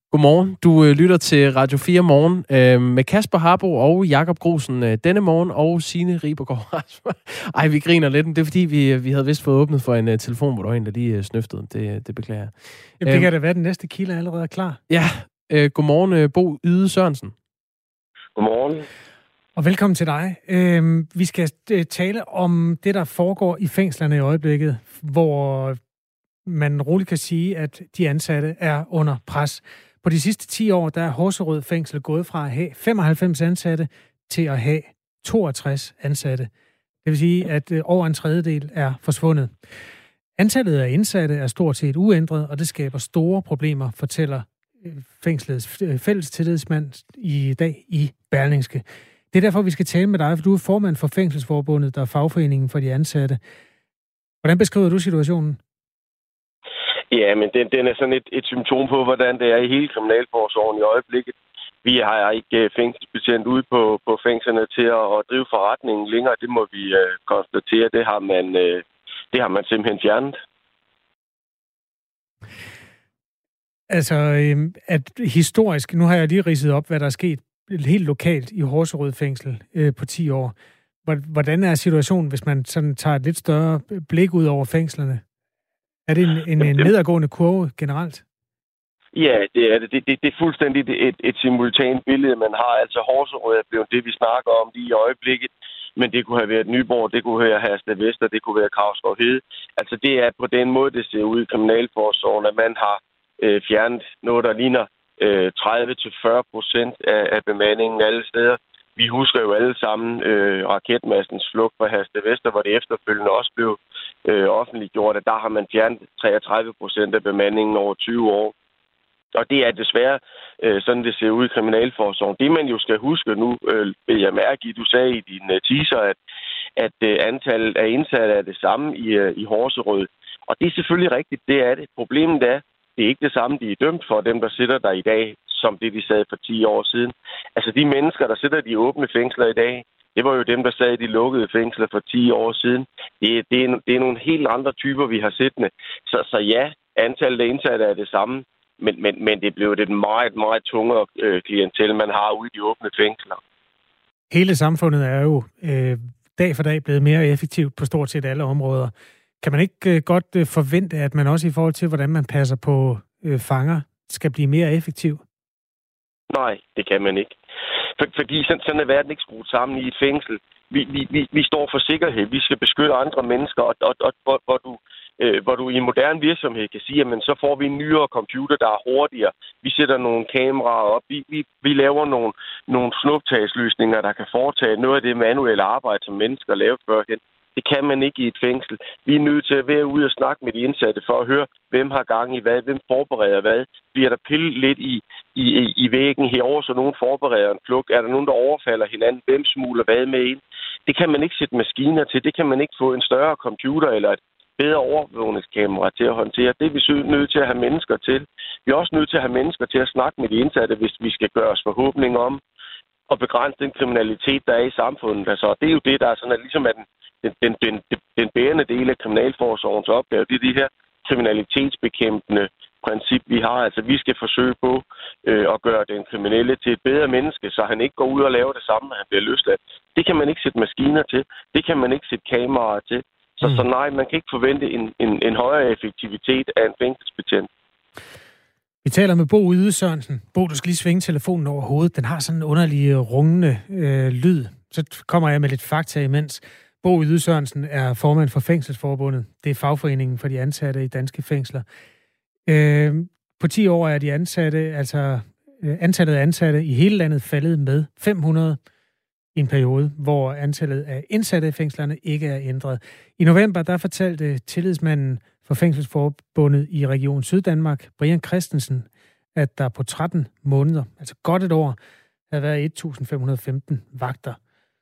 Godmorgen. Du lytter til Radio 4 Morgen med Kasper Harbo og Jakob Grosen denne morgen, og Signe Ribergaard. Ej, vi griner lidt. Det er fordi, vi havde vist fået åbnet for en telefon, hvor der var en, der lige snøftede. Det beklager jeg. Jamen, det kan da være, den næste kilde er allerede klar. Ja, godmorgen, Bo Yde Sørensen. Godmorgen. Og velkommen til dig. Vi skal tale om det, der foregår i fængslerne i øjeblikket, hvor man roligt kan sige, at de ansatte er under pres. På de sidste 10 år, der er Horserød Fængsel gået fra at have 95 ansatte til at have 62 ansatte. Det vil sige, at over en tredjedel er forsvundet. Antallet af indsatte er stort set uændret, og det skaber store problemer, fortæller fængslets fælles tillidsmand i dag i Berlingske. Det er derfor, vi skal tale med dig, for du er formand for Fængselsforbundet, der er fagforeningen for de ansatte. Hvordan beskriver du situationen? Ja, men den er sådan et symptom på, hvordan det er i hele kriminalforsorgen i øjeblikket. Vi har ikke fængselsbetjent ude på fængslerne til at drive forretningen længere. Det må vi konstatere. Det har man simpelthen fjernet. Altså, at historisk, nu har jeg lige ridset op, hvad der er sket helt lokalt i Horserød Fængsel på 10 år. Hvordan er situationen, hvis man sådan tager et lidt større blik ud over fængslerne? Er det en nedadgående kurve generelt? Ja, det er det. Det er fuldstændig et simultant billede, man har. Altså Horserød er blevet det, vi snakker om lige i øjeblikket. Men det kunne have været Nyborg, det kunne være Herstedvester, det kunne være Kravsgaard Hede. Altså det er på den måde, det ser ud i kriminalforsorgen, at man har fjernet noget, der ligner 30-40% af bemandingen alle steder. Vi husker jo alle sammen raketmassens flugt fra Herstedvester, hvor det efterfølgende også blev offentliggjort, at der har man fjernet 33% af bemandingen over 20 år. Og det er desværre sådan, det ser ud i kriminalforsorgen. Det, man jo skal huske nu, vil jeg mærke i, du sagde i din teaser, at antallet af indsatte er det samme i Horserød. Og det er selvfølgelig rigtigt, det er det. Problemet er, det er ikke det samme, de er dømt for, dem der sidder der i dag, som det de sad for 10 år siden. Altså de mennesker, der sidder i de åbne fængsler i dag, det var jo dem, der sad i de lukkede fængsler for 10 år siden. Det er nogle helt andre typer, vi har siddende. Så ja, antallet af indsatte er det samme, men det blev et meget, meget tungere klientel, man har ude i de åbne fængsler. Hele samfundet er jo dag for dag blevet mere effektivt på stort set alle områder. Kan man ikke godt forvente, at man også i forhold til, hvordan man passer på fanger, skal blive mere effektiv? Nej, det kan man ikke. Fordi sådan er verden ikke skruet sammen i et fængsel. Vi står for sikkerhed. Vi skal beskytte andre mennesker, og hvor du i en moderne virksomhed kan sige, at så får vi en nyere computer, der er hurtigere. Vi sætter nogle kameraer op. Vi laver nogle snuptagsløsninger, der kan foretage noget af det manuelle arbejde, som mennesker lavede førhen. Det kan man ikke i et fængsel. Vi er nødt til at være ude og snakke med de indsatte for at høre, hvem har gang i hvad, hvem forbereder hvad. Bliver der pillet lidt i væggen herover, så nogen forbereder en flugt? Er der nogen, der overfalder hinanden? Hvem smugler hvad med ind? Det kan man ikke sætte maskiner til. Det kan man ikke få en større computer eller et bedre overvågningskamera til at håndtere. Det er vi nødt til at have mennesker til. Vi er også nødt til at have mennesker til at snakke med de indsatte, hvis vi skal gøre os forhåbninger om at begrænse den kriminalitet, der er i samfundet. Altså, det er jo det, der er sådan, at ligesom den bærende del af kriminalforsorgens opgave, det er det her kriminalitetsbekæmpende princip, vi har. Altså, vi skal forsøge på at gøre den kriminelle til et bedre menneske, så han ikke går ud og laver det samme, når han bliver løsladt. Det kan man ikke sætte maskiner til. Det kan man ikke sætte kameraer til. Så nej, man kan ikke forvente en højere effektivitet af en fængselsbetjent. Vi taler med Bo Yde Sørensen. Bo, du skal lige svinge telefonen over hovedet. Den har sådan en underlig rungende lyd. Så kommer jeg med lidt fakta imens. Bo Yde Sørensen er formand for Fængselsforbundet. Det er fagforeningen for de ansatte i danske fængsler. På 10 år er de ansatte, antallet af ansatte i hele landet faldet med 500 i en periode, hvor antallet af indsatte i fængslerne ikke er ændret. I november, der fortalte tillidsmanden for Fængselsforbundet i Region Syddanmark, Brian Christensen, at der på 13 måneder, altså godt et år, havde været 1.515 vagter.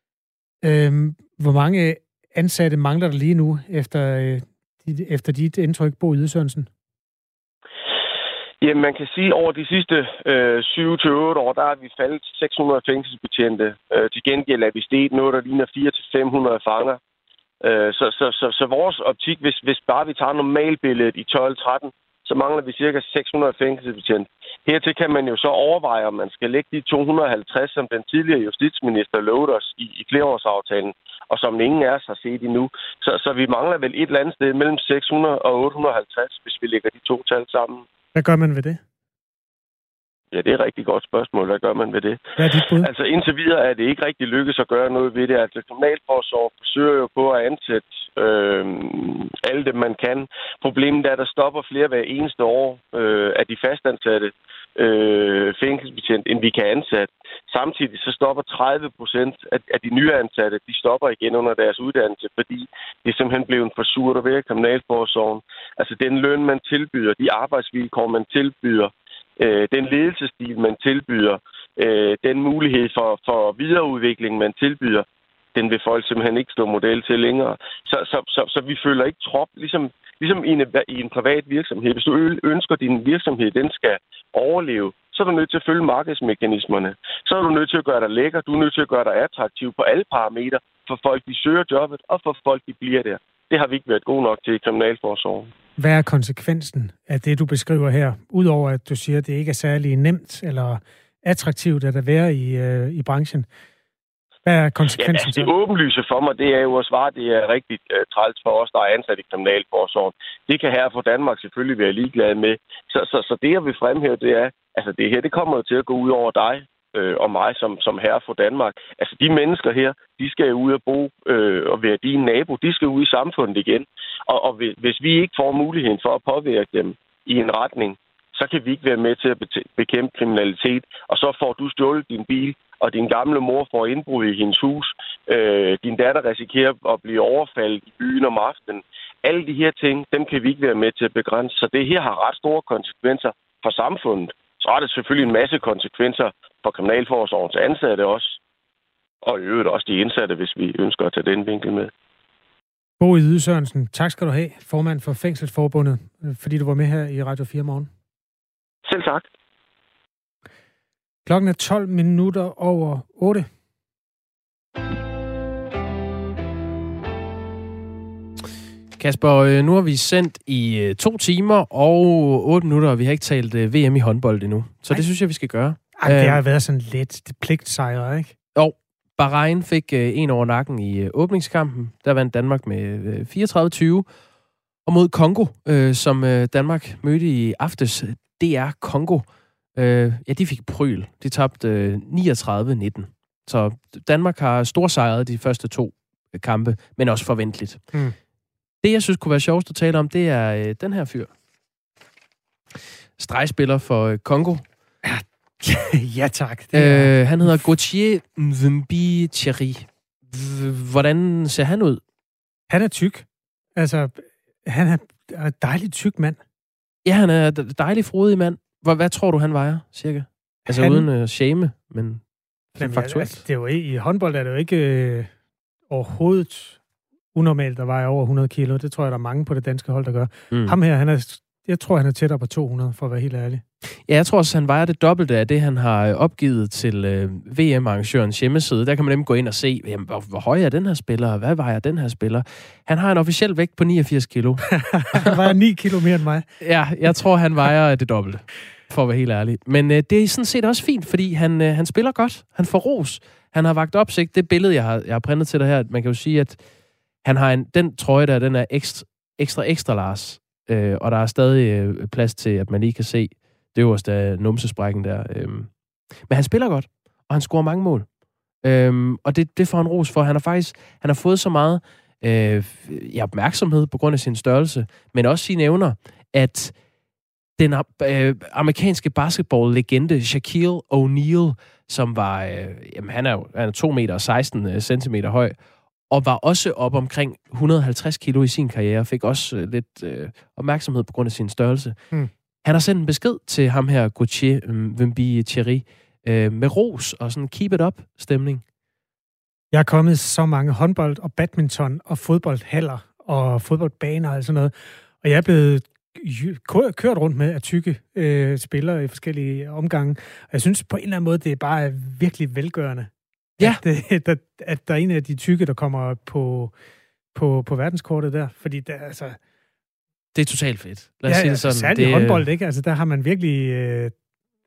Hvor mange ansatte mangler der lige nu, efter dit indtryk, Bo Yde Sørensen? Jamen, man kan sige, at over de sidste 7-8 år, der er vi faldet 600 fængselsbetjente. Til gengæld er vi steget noget, der ligner 400-500 fanger. Så vores optik, hvis bare vi tager normalbilledet i 12-13, så mangler vi cirka 600 fængselsbetjente. Hertil kan man jo så overveje, om man skal lægge de 250, som den tidligere justitsminister lovede os i flereårsaftalen, og som ingen af os har set endnu. Så vi mangler vel et eller andet sted mellem 600 og 850, hvis vi lægger de to tal sammen. Hvad gør man ved det? Ja, det er et rigtig godt spørgsmål. Hvad gør man ved det? Hvad er dit bud? Altså indtil videre er det ikke rigtig lykkes at gøre noget ved det. Altså kriminalforsorg forsøger jo på at ansætte alle dem, man kan. Problemet er, at der stopper flere hver eneste år af de fastansatte fængselsbetjent, end vi kan ansætte. Samtidig så stopper 30% af de nyansatte, de stopper igen under deres uddannelse, fordi det er simpelthen blevet for surt at være kriminalforsorgen. Altså den løn, man tilbyder, de arbejdsvilkår, man tilbyder, den ledelsesstil, man tilbyder, den mulighed for videreudvikling, man tilbyder, den vil folk simpelthen ikke stå model til længere. Så vi føler ikke trop, ligesom i en privat virksomhed. Hvis du ønsker, at din virksomhed den skal overleve, så er du nødt til at følge markedsmekanismerne. Så er du nødt til at gøre dig lækker, du er nødt til at gøre dig attraktiv på alle parametre, for folk, de søger jobbet, og for folk, de bliver der. Det har vi ikke været gode nok til i kriminalforsorgen. Hvad er konsekvensen af det, du beskriver her? Udover at du siger, at det ikke er særlig nemt eller attraktivt at være i branchen. Hvad er konsekvensen så? Det åbenlyse for mig, det er jo at svare, det er rigtig træls for os, der er ansat i kriminalforsorgen. Det kan her for Danmark selvfølgelig være ligeglade med. Så det, jeg vil fremhæve, det er, altså det her, det kommer jo til at gå ud over dig og mig som herre for Danmark. Altså de mennesker her, de skal jo ud og bo og være din nabo. De skal ud i samfundet igen. Og hvis vi ikke får muligheden for at påvirke dem i en retning, så kan vi ikke være med til at bekæmpe kriminalitet. Og så får du stjålet din bil, og din gamle mor får indbrud i hendes hus. Din datter risikerer at blive overfaldet i byen om aftenen. Alle de her ting, dem kan vi ikke være med til at begrænse. Så det her har ret store konsekvenser for samfundet. Så er det selvfølgelig en masse konsekvenser for kriminalforsorgens ansatte også. Og i øvrigt også de indsatte, hvis vi ønsker at tage den vinkel med. Bo Yde Sørensen, tak skal du have, formand for Fængselsforbundet, fordi du var med her i Radio 4 morgen. Selv tak. Klokken er 12 minutter over 8. Kasper, nu har vi sendt i 2 timer og 8 minutter, og vi har ikke talt VM i håndbold endnu. Så det synes jeg, vi skal gøre. Ej, det har været sådan lidt pligtsejr, ikke? Jo, Bahrain fik en over nakken i åbningskampen. Der vandt Danmark med 34-20. Og mod Kongo, som Danmark mødte i aftes, det er Kongo. De fik pryl. De tabte 39-19. Så Danmark har storsejret de første 2 kampe, men også forventeligt. Det, jeg synes kunne være sjovest at tale om, det er den her fyr. Stregspiller for Kongo. Ja, tak. Han hedder Gauthier Mvimbi-Thierry. Hvordan ser han ud? Han er tyk. Altså, han er en dejlig tyk mand. Ja, han er en dejlig frodig mand. Hvad tror du, han vejer, cirka? Altså uden shame, men faktuelt. Det er jo i håndbold er det jo ikke overhovedet unormalt at veje over 100 kilo. Det tror jeg, der er mange på det danske hold, der gør. Ham her, jeg tror, han er tættere på 200, for at være helt ærlig. Ja, jeg tror også, han vejer det dobbelte af det, han har opgivet til VM-arrangørens hjemmeside. Der kan man nemlig gå ind og se, jamen, hvor høj er den her spiller, og hvad vejer den her spiller? Han har en officiel vægt på 89 kilo. Han vejer 9 kilo mere end mig. Ja, jeg tror, han vejer det dobbelte, for at være helt ærlig. Men det er sådan set også fint, fordi han spiller godt. Han får ros. Han har vagt opsigt. Det billede, jeg har printet til dig her, man kan jo sige, at han har den trøje der, den er ekstra large. Og der er stadig plads til, at man lige kan se det øverste af numsesprækken der. Men han spiller godt, og han scorer mange mål. Og det får han ros for. Han har fået så meget opmærksomhed på grund af sin størrelse, men også sine evner, at den amerikanske basketball-legende Shaquille O'Neal, som var, han er 2 meter og 16 centimeter høj, og var også op omkring 150 kilo i sin karriere, fik også lidt opmærksomhed på grund af sin størrelse. Han har sendt en besked til ham her, Gauthier Mvimbi-Thierry, med ros og sådan keep it up stemning. Jeg er kommet så mange håndbold og badminton og fodboldhaller og fodboldbaner og sådan noget, og jeg er blevet kørt rundt med af tykke spillere i forskellige omgange. Og jeg synes på en eller anden måde, det er bare virkelig velgørende. Ja. At der er en af de tykke, der kommer på verdenskortet der. Fordi det er totalt fedt. Lad os sige det sådan. Særligt håndbold, ikke? Altså, der har man virkelig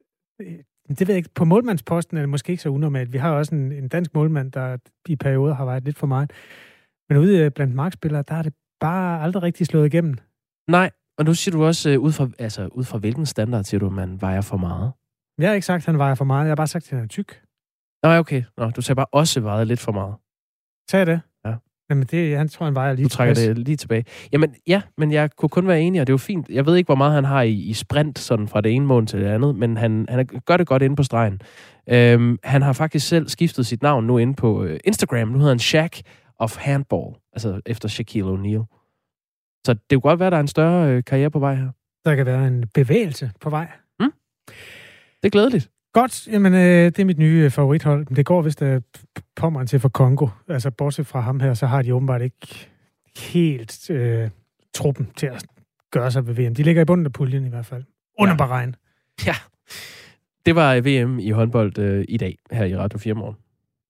Det ved jeg ikke. På målmandsposten er det måske ikke så unormalt. Vi har også en dansk målmand, der i perioder har været lidt for meget. Men ude blandt markspillere, der er det bare aldrig rigtig slået igennem. Nej, og nu siger du også, ud fra hvilken standard siger du, at man vejer for meget? Jeg har ikke sagt, at han vejer for meget. Jeg har bare sagt, at han er tyk. Nå, okay. Nå, du sagde bare også vejet lidt for meget. Sagde jeg det? Ja. Jamen, han tror, han vejer lige. Du trækker det lige tilbage. Jamen, ja, men jeg kunne kun være enig, og det er jo fint. Jeg ved ikke, hvor meget han har i sprint, sådan fra det ene mål til det andet, men han gør det godt inde på stregen. Han har faktisk selv skiftet sit navn nu inde på Instagram. Nu hedder han Shaq of Handball, altså efter Shaquille O'Neal. Så det kunne godt være, at der er en større karriere på vej her. Der kan være en bevægelse på vej. Det er glædeligt. Godt, jamen det er mit nye favorithold. Det går vist Pommern til for Congo. Altså bortset fra ham her, så har de åbenbart ikke helt truppen til at gøre sig ved VM. De ligger i bunden af puljen i hvert fald. Under Bahrain. Ja, det var VM i håndbold i dag her i Radio 4 Morgen.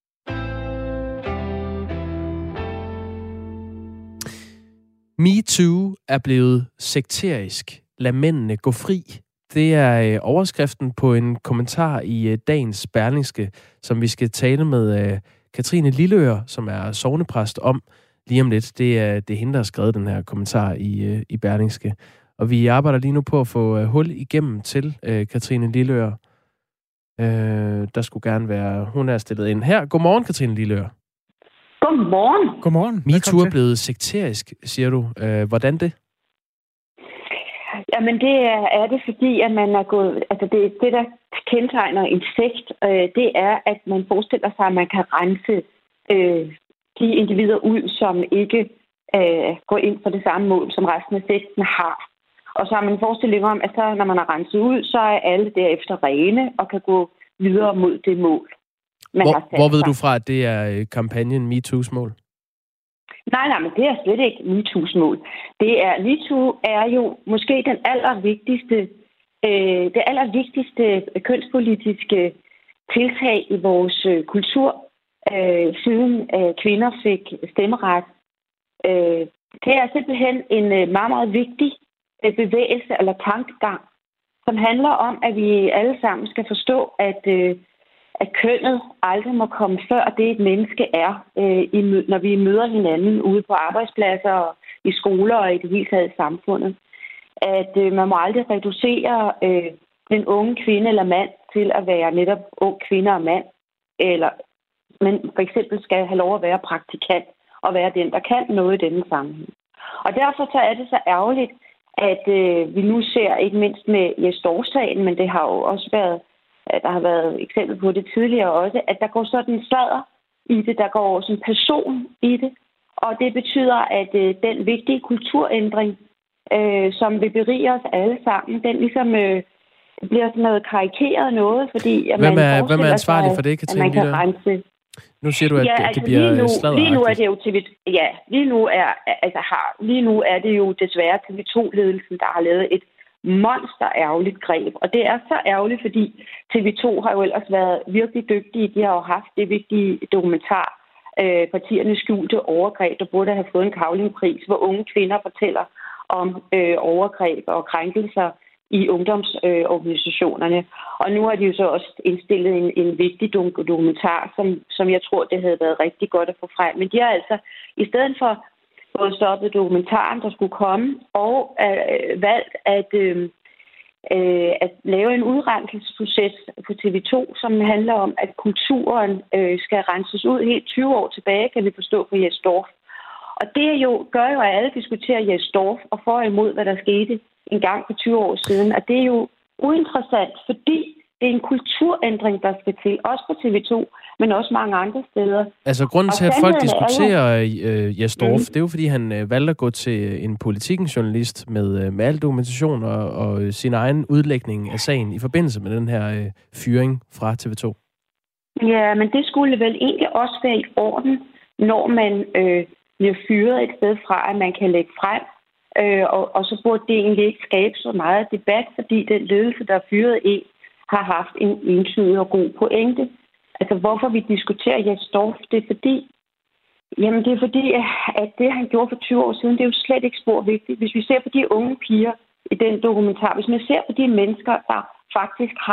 MeToo er blevet sekterisk. Lad mændene gå fri. Det er overskriften på en kommentar i dagens Berlingske, som vi skal tale med Katrine Lilleør, som er sognepræst om lige om lidt. Det er hende, der har skrevet den her kommentar i Berlingske. Og vi arbejder lige nu på at få hul igennem til Katrine Lilleør. Der skulle gerne være... Hun er stillet ind her. Godmorgen, Katrine Lilleør. Godmorgen. Godmorgen. MeToo er blevet sekterisk, siger du. Hvordan det? Jamen det er det, fordi at man er gået... Altså det der kendetegner en sekt, det er, at man forestiller sig, at man kan rense de individer ud, som ikke går ind for det samme mål, som resten af sekten har. Og så har man en forestilling om, at så, når man har renset ud, så er alle derefter rene og kan gå videre mod det mål. Hvor ved du fra, at det er kampagnen MeToo's mål? Nej, men det er slet ikke MeToo's mål. MeToo er jo måske det allervigtigste kønspolitiske tiltag i vores kultur, siden kvinder fik stemmeret. Det er simpelthen en meget, meget vigtig bevægelse eller tankegang, som handler om, at vi alle sammen skal forstå, at kønnet aldrig må komme før det, et menneske er, når vi møder hinanden ude på arbejdspladser og i skoler og i det hele taget i samfundet. At man må aldrig reducere den unge kvinde eller mand til at være netop ung kvinde og mand, men for eksempel skal have lov at være praktikant og være den, der kan noget i denne sammenhæng. Og derfor så er det så ærgerligt, at vi nu ser, ikke mindst med Jes Dorph-sagen, men det har jo også været, der har været eksempel på det tidligere også, at der går sådan en sladder i det, der går sådan en person i det. Og det betyder, at den vigtige kulturændring, som vil berige os alle sammen, den ligesom bliver sådan noget karikeret noget, fordi at hvem er ansvarlig for det, Katrine? Man kan rense. Nu siger du, at det bliver sladderagtigt. Lige nu er det jo TV. Ja, lige nu er det jo desværre TV2-ledelsen, der har lavet et monsterærgerligt greb. Og det er så ærgerligt, fordi TV2 har jo ellers været virkelig dygtige. De har jo haft det vigtige dokumentar, Partiernes skjulte overgreb, der burde have fået en Cavlingpris, hvor unge kvinder fortæller om overgreb og krænkelser i ungdomsorganisationerne. Og nu har de jo så også indstillet en vigtig dokumentar, som jeg tror, det havde været rigtig godt at få frem. Men de har altså, i stedet for både stoppet dokumentaren, der skulle komme, og valgt at lave en udrenselsesproces på TV2, som handler om, at kulturen skal renses ud helt 20 år tilbage, kan vi forstå på Jes Dorph. Og det gør jo, at alle diskuterer Jes Dorph og for imod, hvad der skete en gang for 20 år siden. Og det er jo uinteressant, fordi det er en kulturændring, der skal til, også på TV2, men også mange andre steder. Altså grunden til, at folk diskuterer Jes Dorph, det er jo, fordi han valgte at gå til en Politiken-journalist med al dokumentation og sin egen udlægning af sagen i forbindelse med den her fyring fra TV2. Ja, men det skulle vel egentlig også være i orden, når man bliver fyret et sted fra, at man kan lægge frem. Og så burde det egentlig ikke skabe så meget debat, fordi den ledelse, der er fyret i, har haft en entydig og god pointe. Altså, hvorfor vi diskuterer Jes Dorph, det er fordi, at det, han gjorde for 20 år siden, det er jo slet ikke spor vigtigt. Hvis vi ser på de unge piger i den dokumentar, hvis man ser på de mennesker, der faktisk har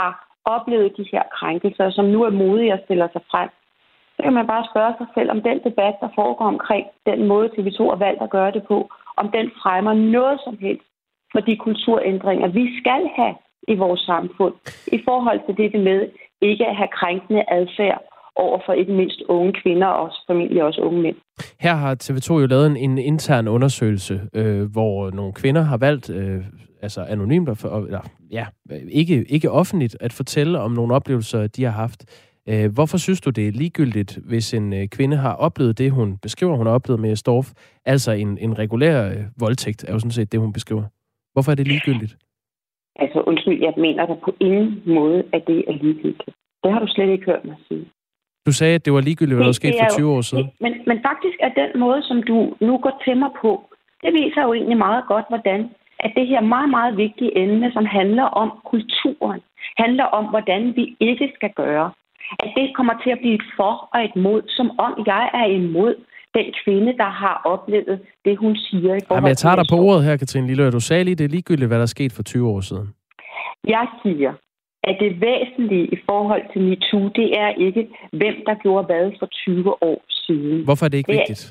oplevet de her krænkelser, som nu er modige og stiller sig frem, så kan man bare spørge sig selv, om den debat, der foregår omkring den måde, TV2 har valgt at gøre det på, om den fremmer noget som helst for de kulturændringer, vi skal have i vores samfund, i forhold til det med ikke at have krænkende adfærd over for ikke mindst unge kvinder og familie også unge mænd. Her har TV2 jo lavet en intern undersøgelse, hvor nogle kvinder har valgt, altså anonymt, ikke offentligt, at fortælle om nogle oplevelser, de har haft. Hvorfor synes du, det er ligegyldigt, hvis en kvinde har oplevet det, hun beskriver, hun har oplevet med Storff, altså en regulær voldtægt, er jo sådan set det, hun beskriver. Hvorfor er det ligegyldigt? Altså, undskyld, jeg mener der på ingen måde, at det er ligegyldigt. Det har du slet ikke hørt mig sige. Du sagde, at det var ligegyldigt, hvad der var sket for 20 år siden. Men faktisk er den måde, som du nu går til mig på, det viser jo egentlig meget godt, hvordan at det her meget, meget vigtige emne, som handler om kulturen, handler om, hvordan vi ikke skal gøre, at det kommer til at blive et for og et mod, som om jeg er imod den kvinde, der har oplevet det, hun siger. Jamen, jeg tager dig på ordet her, Katrine Lilleør. Du sagde lige, det er ligegyldigt, hvad der er sket for 20 år siden. Jeg siger, at det væsentlige i forhold til MeToo, det er ikke, hvem der gjorde hvad for 20 år siden. Hvorfor er det ikke vigtigt?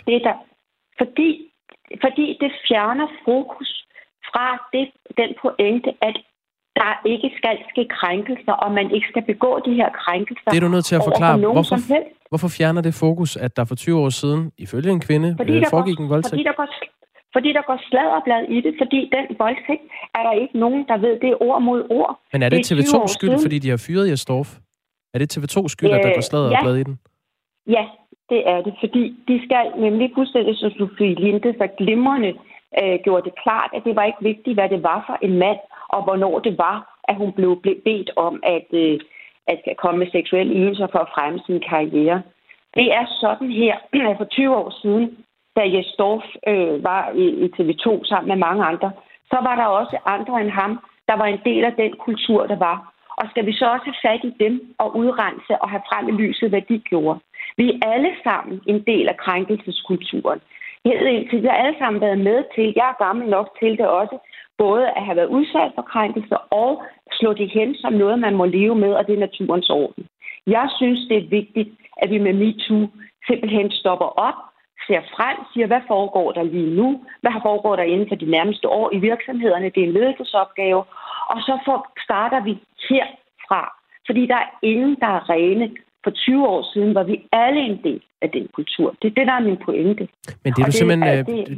Fordi det fjerner fokus fra den pointe, at der ikke skal ske krænkelser, og man ikke skal begå de her krænkelser. Det er du nødt til at forklare. Hvorfor fjerner det fokus, at der for 20 år siden, ifølge en kvinde, foregik en voldtægt? Fordi der går sladderblad i det, fordi den voldtægt er der ikke nogen, der ved, det er ord mod ord. Men er det TV2's skyld, fordi de har fyret Jes Storff? Er det TV2's skyld, at der går sladderblad i den? Ja, det er det, fordi de skal nemlig fuldstændig, som Sofie Linde så glimrende gjorde det klart, at det var ikke vigtigt, hvad det var for en mand, og hvornår det var, at hun blev bedt om at komme med seksuelle ydelser for at fremme sin karriere. Det er sådan her, for 20 år siden, da Jes Storff var i TV2 sammen med mange andre, så var der også andre end ham, der var en del af den kultur, der var. Og skal vi så også have fat i dem og udrense og have frem i lyset, hvad de gjorde? Vi er alle sammen en del af krænkelseskulturen. Vi har alle sammen været med til, jeg er gammel nok til det også, både at have været udsat for krænkelser og slå det hen som noget, man må leve med, og det er naturens orden. Jeg synes, det er vigtigt, at vi med MeToo simpelthen stopper op, ser frem, siger, hvad foregår der lige nu? Hvad foregår der inden for de nærmeste år i virksomhederne? Det er en ledelsesopgave. Og så starter vi herfra. Fordi der er ingen, der er rene. For 20 år siden var vi alle en del af den kultur. Det er det, der er min pointe. Men det er du simpelthen...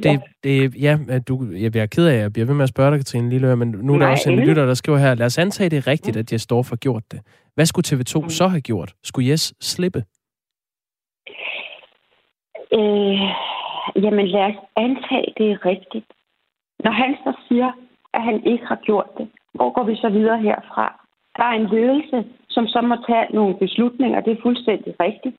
Jeg bliver ked af, jeg bliver ved med at spørge dig, Katrine Lilleør, men nu er der også en lytter, der skriver her, lad os antage, det er rigtigt, at Jes Storff har gjort det. Hvad skulle TV2 så have gjort? Skulle Jes slippe? Jamen lad os antage, det er rigtigt. Når han så siger, at han ikke har gjort det, hvor går vi så videre herfra? Der er en ledelse, som så må tage nogle beslutninger, det er fuldstændig rigtigt.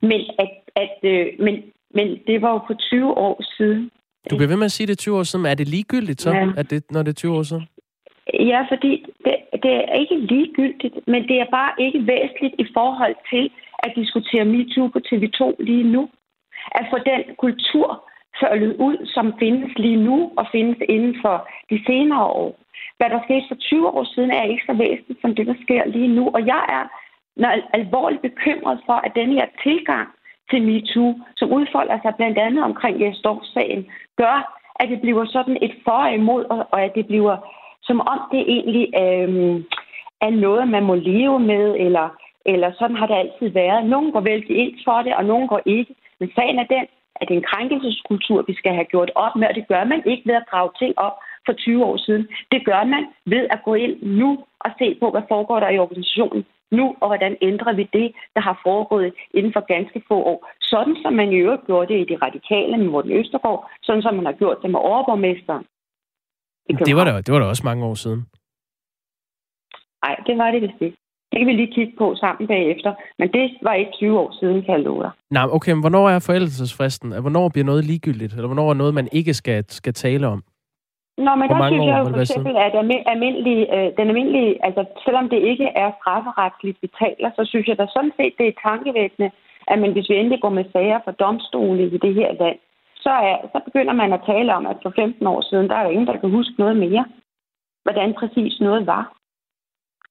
Men det var jo for 20 år siden. Du bliver ved med at sige, det er 20 år siden, men er det ligegyldigt så, når det er 20 år siden? Ja, fordi det er ikke ligegyldigt, men det er bare ikke væsentligt i forhold til at diskutere MeToo på TV2 lige nu. At få den kultur følget ud, som findes lige nu og findes inden for de senere år. Hvad der skete for 20 år siden, er ikke så væsentligt som det, der sker lige nu. Og jeg er alvorligt bekymret for, at den her tilgang til MeToo, som udfolder sig blandt andet omkring Jes Storff-sagen, gør, at det bliver sådan et for og imod, og at det bliver som om det egentlig er noget, man må leve med, eller sådan har det altid været. Nogle går vældig ind for det, og nogle går ikke. Men sagen er den, at det er en krænkelseskultur, vi skal have gjort op med, og det gør man ikke ved at grave ting op for 20 år siden. Det gør man ved at gå ind nu og se på, hvad foregår der i organisationen nu, og hvordan ændrer vi det, der har foregået inden for ganske få år. Sådan som man i øvrigt gjorde det i de radikale med Morten Østergaard, sådan som man har gjort det med overborgmesteren. Det var da også mange år siden. Nej, det var det vist ikke. Det kan vi lige kigge på sammen bagefter. Men det var ikke 20 år siden, kan jeg love dig. Nej, okay, men hvornår er forældelsesfristen? Hvornår bliver noget ligegyldigt? Eller hvornår er noget, man ikke skal tale om? Nå, men der synes jeg jo for eksempel, at den almindelige, altså selvom det ikke er strafferetsligt, vi taler, så synes jeg da sådan set, det er tankevækkende, at man, hvis vi endelig går med sager for domstole i det her land, så begynder man at tale om, at for 15 år siden, der er jo ingen, der kan huske noget mere, hvordan præcis noget var.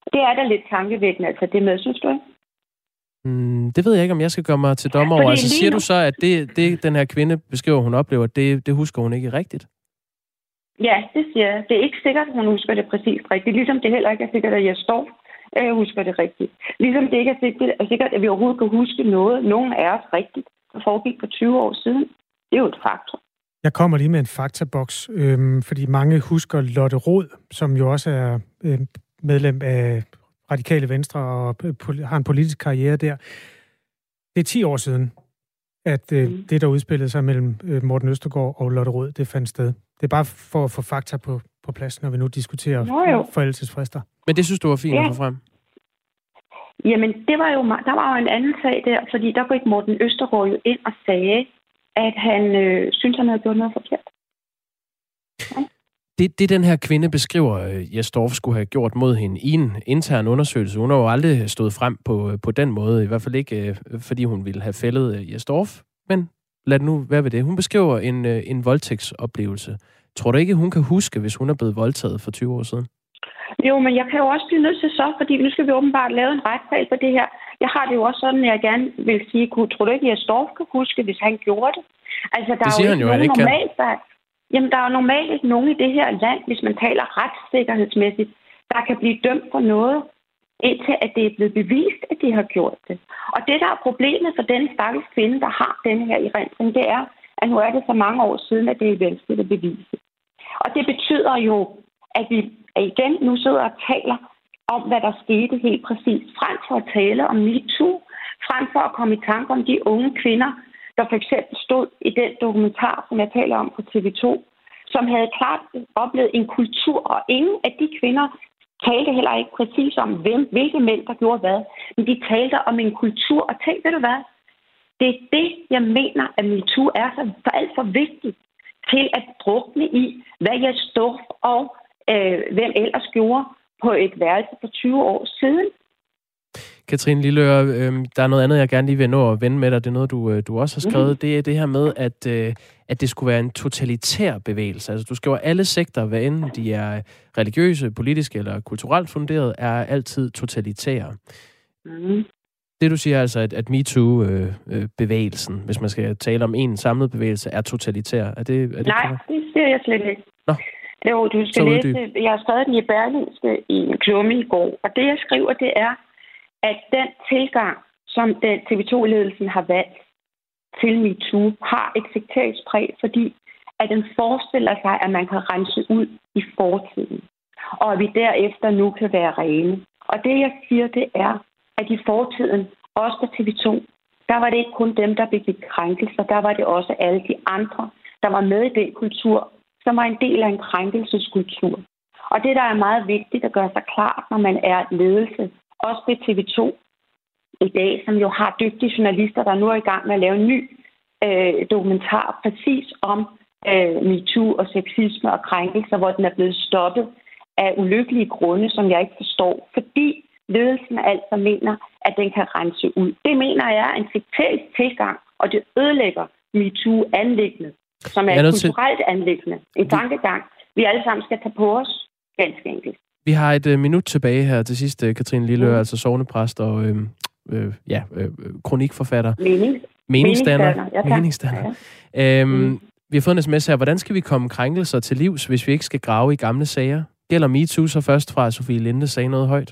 Det er da lidt tankevækkende, altså det med, synes du ikke? Det ved jeg ikke, om jeg skal gøre mig til dommer over. Altså siger du så, at det den her kvinde beskriver, hun oplever, det husker hun ikke rigtigt? Ja, det siger jeg. Det er ikke sikkert, at hun husker det præcis rigtigt. Ligesom det heller ikke er sikkert, at jeg står husker det rigtigt. Ligesom det ikke er sikkert, at vi overhovedet kan huske nogen af os rigtigt, der foregik for 20 år siden. Det er jo et faktum. Jeg kommer lige med en faktaboks, fordi mange husker Lotte Rod, som jo også er medlem af Radikale Venstre og har en politisk karriere der. Det er 10 år siden, at det, der udspillede sig mellem Morten Østergaard og Lotte Rod, det fandt sted. Det er bare for at få fakta på plads, når vi nu diskuterer forældelsesfrister. Men det synes du var fint at få frem? Jamen, der var jo en anden sag der, fordi der gik Morten Østergaard jo ind og sagde, at han synes, han havde gjort noget forkert. Ja. Det den her kvinde beskriver, Jes Dorph skulle have gjort mod hende i en intern undersøgelse. Hun har jo aldrig stået frem på den måde, i hvert fald ikke, fordi hun ville have fældet Jes Dorph, men lad det nu være ved det. Hun beskriver en voldtægtsoplevelse. Tror du ikke, hun kan huske, hvis hun er blevet voldtaget for 20 år siden? Jo, men jeg kan jo også blive nødt til så, fordi nu skal vi åbenbart lave en retssag på det her. Jeg har det jo også sådan, at jeg gerne vil sige, tror du ikke, at Jes Dorph kan huske, hvis han gjorde det? Altså, der det siger han jo, han ikke kan. Jamen, der er jo normalt ikke nogen i det her land, hvis man taler retssikkerhedsmæssigt, der kan blive dømt for noget, indtil at det er blevet bevist, at de har gjort det. Og det, der er problemet for den stakkels kvinde, der har denne her erindring, det er, at nu er det så mange år siden, at det er vanskeligt at bevise. Og det betyder jo, at vi igen nu sidder og taler om, hvad der skete helt præcis, frem for at tale om MeToo, frem for at komme i tanke om de unge kvinder, der for eksempel stod i den dokumentar, som jeg taler om på TV2, som havde klart oplevet en kultur, og ingen af de kvinder talte heller ikke præcis om, hvilke mænd, der gjorde hvad, men de talte om en kultur, og tænk, ved du hvad? Det er det, jeg mener, at MeToo er så alt for vigtigt til at drukne i, hvad jeg stod og hvem ellers gjorde på et værelse for 20 år siden. Katrine Lilleøre, der er noget andet, jeg gerne lige vil nå at vende med dig. Det er noget, du også har skrevet. Det er det her med, at det skulle være en totalitær bevægelse. Altså, du skriver, alle sekter, hvad enten de er religiøse, politiske eller kulturelt funderet, er altid totalitære. Det, du siger altså, at MeToo-bevægelsen, hvis man skal tale om en samlet bevægelse, er totalitær. Er det Nej, det siger jeg slet ikke. Nå. Jo, du skal læse. Jeg har skrevet den i Berlingske i en klumme i går. Og det, jeg skriver, det er, at den tilgang, som den TV2-ledelsen har valgt til MeToo, har et sekterisk præg, fordi at den forestiller sig, at man kan rense ud i fortiden. Og at vi derefter nu kan være rene. Og det, jeg siger, det er, at i fortiden, også på TV2, der var det ikke kun dem, der begik krænkelser. Der var det også alle de andre, der var med i den kultur, som var en del af en krænkelseskultur. Og det, der er meget vigtigt at gøre sig klart, når man er ledelse, også ved TV2 i dag, som jo har dygtige journalister, der nu er i gang med at lave en ny dokumentar præcis om MeToo og sexisme og krænkelser, hvor den er blevet stoppet af ulykkelige grunde, som jeg ikke forstår, fordi ledelsen altså mener, at den kan rense ud. Det mener jeg er en sekterisk tilgang, og det ødelægger MeToo-anliggende, som er et kulturelt anliggende. En tankegang, vi alle sammen skal tage på os, ganske enkelt. Vi har et minut tilbage her til sidst, Katrine Lilleøre, altså sognepræst og kronikforfatter. Meningsdanner. Ja, vi har fået en sms her. Hvordan skal vi komme krænkelser til livs, hvis vi ikke skal grave i gamle sager? Gælder MeToo så først fra, at Sofie Linde sagde noget højt?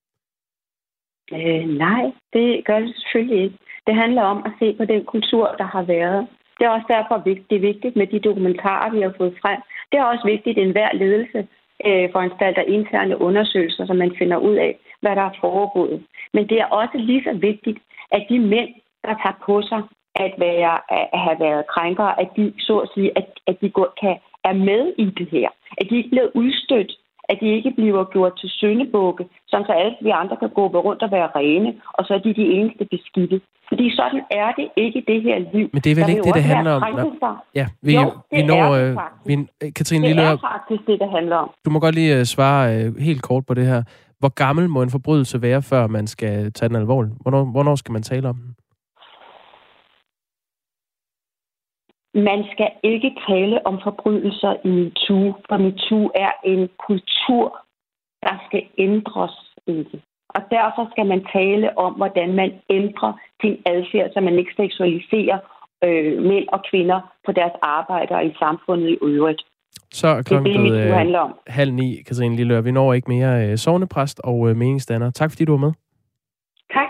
Nej, det gør det selvfølgelig ikke. Det handler om at se på den kultur, der har været. Det er også derfor, det er vigtigt med de dokumentarer, vi har fået frem. Det er også vigtigt, at enhver ledelse foranstalter interne undersøgelser, så man finder ud af, hvad der er foregået. Men det er også lige så vigtigt, at de mænd, der tager på sig at have været krænkere, at de så at sige, at de er med i det her. At de ikke bliver udstødt, at de ikke bliver gjort til syndebukke, som så alle vi andre kan gå rundt og være rene, og så er de eneste beskidte. Fordi sådan er det ikke det her liv. Men det er vel ikke det handler om? Ja, vi når... Katrine Lilleøre, det er faktisk det handler om. Du må godt lige svare helt kort på det her. Hvor gammel må en forbrydelse være, før man skal tage den alvorligt? Hvornår skal man tale om den? Man skal ikke tale om forbrydelser i MeToo, for MeToo er en kultur, der skal ændres kønsbillede. Og derfor skal man tale om, hvordan man ændrer sin adfærd, så man ikke seksualiserer mænd og kvinder på deres arbejde og i samfundet i øvrigt. Så er klokken blevet 8:30, Katrine Lillør. Vi når ikke mere sognepræst og meningsdanner. Tak fordi du var med. Tak.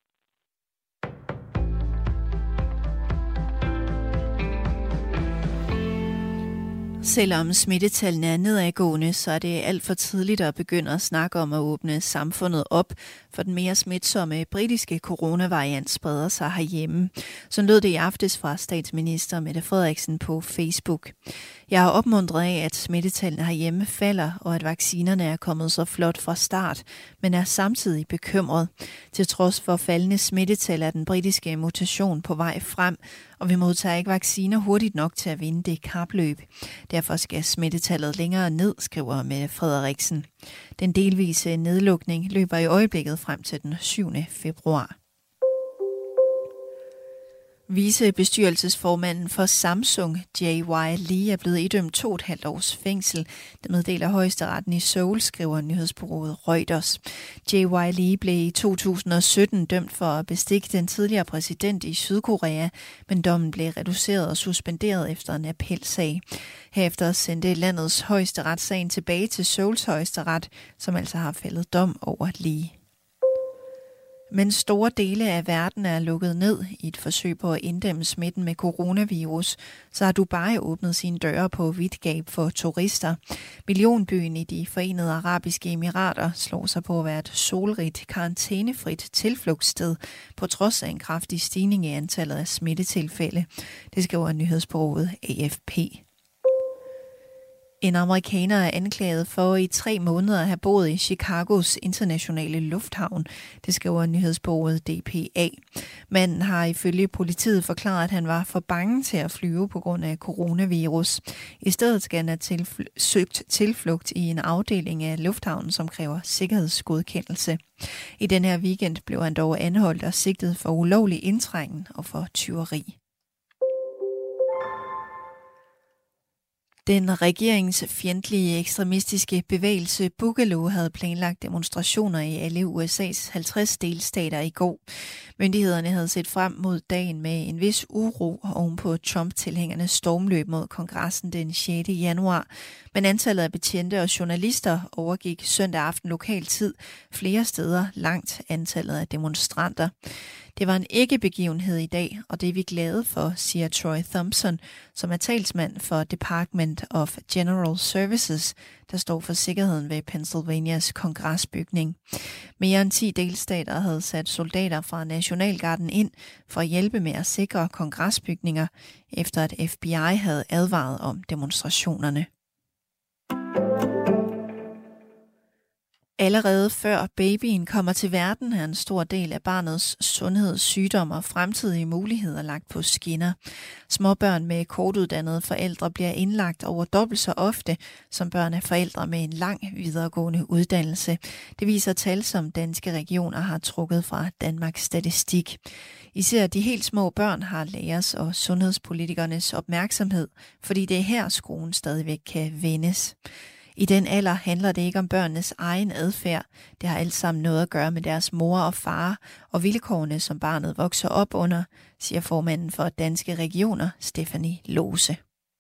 Selvom smittetallene er nedadgående, så er det alt for tidligt at begynde at snakke om at åbne samfundet op, for den mere smitsomme britiske coronavariant spreder sig herhjemme. Så lød det i aftes fra statsminister Mette Frederiksen på Facebook. Jeg har opmuntret af, at smittetallene herhjemme falder, og at vaccinerne er kommet så flot fra start, men er samtidig bekymret. Til trods for faldende smittetal er den britiske mutation på vej frem, og vi modtager ikke vacciner hurtigt nok til at vinde det kapløb. Derfor skal smittetallet længere ned, skriver Mette Frederiksen. Den delvise nedlukning løber i øjeblikket frem til den 7. februar. Vicebestyrelsesformanden for Samsung, J.Y. Lee, er blevet idømt 2,5 års fængsel. Det meddeler højesteretten i Seoul, skriver nyhedsbureauet Reuters. J.Y. Lee blev i 2017 dømt for at bestikke den tidligere præsident i Sydkorea, men dommen blev reduceret og suspenderet efter en appelsag. Herefter sendte landets højesteret sagen tilbage til Seouls højesteret, som altså har fældet dom over Lee. Men store dele af verden er lukket ned i et forsøg på at inddæmme smitten med coronavirus, så har Dubai åbnet sine døre på vidt gab for turister. Millionbyen i de Forenede Arabiske Emirater slår sig på at være et solrigt, karantænefrit tilflugtssted, på trods af en kraftig stigning i antallet af smittetilfælde. Det skriver nyhedsbureauet AFP. En amerikaner er anklaget for i 3 måneder at have boet i Chicagos internationale lufthavn. Det skriver nyhedsbureauet DPA. Manden har ifølge politiet forklaret, at han var for bange til at flyve på grund af coronavirus. I stedet skal han have søgt tilflugt i en afdeling af lufthavnen, som kræver sikkerhedsgodkendelse. I den her weekend blev han dog anholdt og sigtet for ulovlig indtrængen og for tyveri. Den regeringsfjendtlige ekstremistiske bevægelse Boogaloo havde planlagt demonstrationer i alle USA's 50 delstater i går. Myndighederne havde set frem mod dagen med en vis uro ovenpå Trump-tilhængernes stormløb mod kongressen den 6. januar. Men antallet af betjente og journalister overgik søndag aften lokal tid flere steder langt antallet af demonstranter. Det var en ikke-begivenhed i dag, og det er vi glade for, siger Troy Thompson, som er talsmand for Department of General Services, der står for sikkerheden ved Pennsylvanias kongresbygning. Mere end 10 delstater havde sat soldater fra Nationalgarden ind for at hjælpe med at sikre kongresbygninger, efter at FBI havde advaret om demonstrationerne. Allerede før babyen kommer til verden, er en stor del af barnets sundhed, sygdom og fremtidige muligheder lagt på skinner. Småbørn med kortuddannede forældre bliver indlagt over dobbelt så ofte som børn af forældre med en lang videregående uddannelse. Det viser tal, som danske regioner har trukket fra Danmarks Statistik. Især de helt små børn har lægers og sundhedspolitikernes opmærksomhed, fordi det er her skolen stadigvæk kan vendes. I den alder handler det ikke om børnenes egen adfærd. Det har alt sammen noget at gøre med deres mor og far og vilkårene, som barnet vokser op under, siger formanden for Danske Regioner, Stephanie Lose.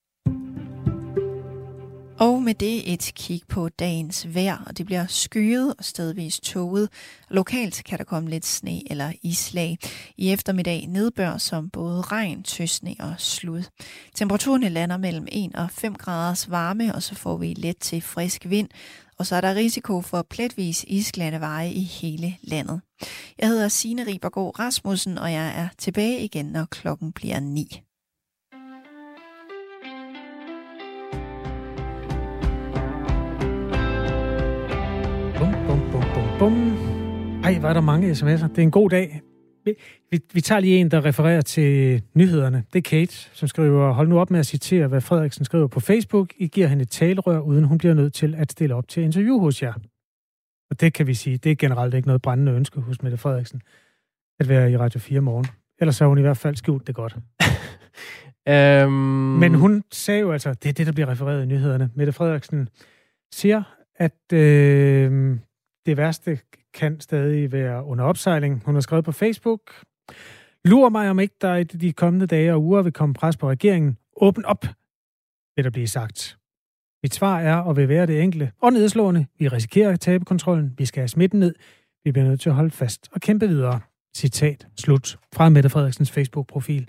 Og med det et kig på dagens vejr, og det bliver skyet og stedvis tåget. Lokalt kan der komme lidt sne eller islag. I eftermiddag nedbør som både regn, tøsne og slud. Temperaturerne lander mellem 1 og 5 graders varme, og så får vi let til frisk vind. Og så er der risiko for pletvis isglatte veje i hele landet. Jeg hedder Signe Ribergaard Rasmussen, og jeg er tilbage igen, når klokken bliver 9. Bum. Ej, var der mange sms'er. Det er en god dag. Vi tager lige en, der refererer til nyhederne. Det er Kate, som skriver, hold nu op med at citere, hvad Frederiksen skriver på Facebook. I giver hende et talerør, uden hun bliver nødt til at stille op til interview hos jer. Og det kan vi sige, det er generelt ikke noget brændende ønske hos Mette Frederiksen, at være i Radio 4 morgen. Ellers har hun i hvert fald skjult det godt. Men hun sagde jo altså, det er det, der bliver refereret i nyhederne. Mette Frederiksen siger, at det værste kan stadig være under opsejling. Hun har skrevet på Facebook: lurer mig, om ikke der i de kommende dage og uger vil komme pres på regeringen. Åbn op, vil der blive sagt. Mit svar er og vil være det enkle og nedslående. Vi risikerer at tabe kontrollen. Vi skal have smitten ned. Vi bliver nødt til at holde fast og kæmpe videre. Citat slut fra Mette Frederiksens Facebook-profil.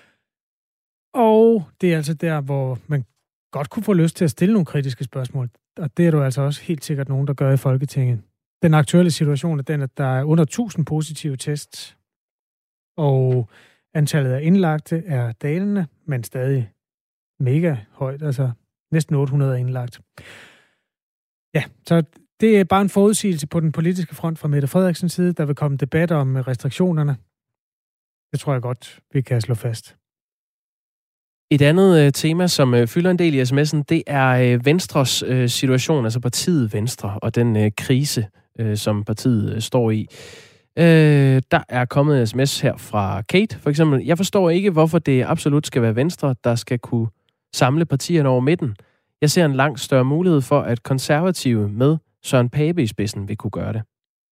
Og det er altså der, hvor man godt kunne få lyst til at stille nogle kritiske spørgsmål. Og det er du altså også helt sikkert nogen, der gør i Folketinget. Den aktuelle situation er den, at der er under 1000 positive tests, og antallet af indlagte er dalende, men stadig mega højt, altså næsten 800 er indlagt. Ja, så det er bare en forudsigelse på den politiske front fra Mette Frederiksens side. Der vil komme debat om restriktionerne. Det tror jeg godt, vi kan slå fast. Et andet tema, som fylder en del i sms'en, det er Venstres situation, altså partiet Venstre, og den krise, som partiet står i. Der er kommet en sms her fra Kate, for eksempel. Jeg forstår ikke, hvorfor det absolut skal være Venstre, der skal kunne samle partierne over midten. Jeg ser en langt større mulighed for, at konservative med Søren Pape i spidsen vil kunne gøre det.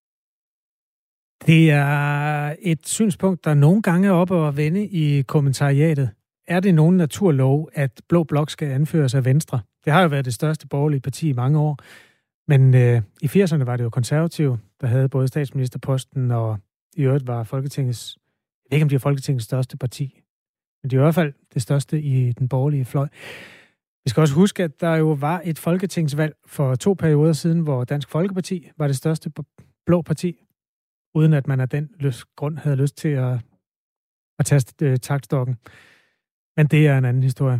Det er et synspunkt, der nogle gange er oppe og vende i kommentariatet. Er det nogen naturlov, at Blå Blok skal anføres af Venstre? Det har jo været det største borgerlige parti i mange år. Men i 80'erne var det jo konservative, der havde både statsministerposten og i øvrigt var Folketingets, jeg ved ikke om det er Folketingets største parti, men det er i hvert fald det største i den borgerlige fløj. Vi skal også huske, at der jo var et folketingsvalg for 2 perioder siden, hvor Dansk Folkeparti var det største blå parti, uden at man af den grund havde lyst til at tage taktstokken. Men det er en anden historie.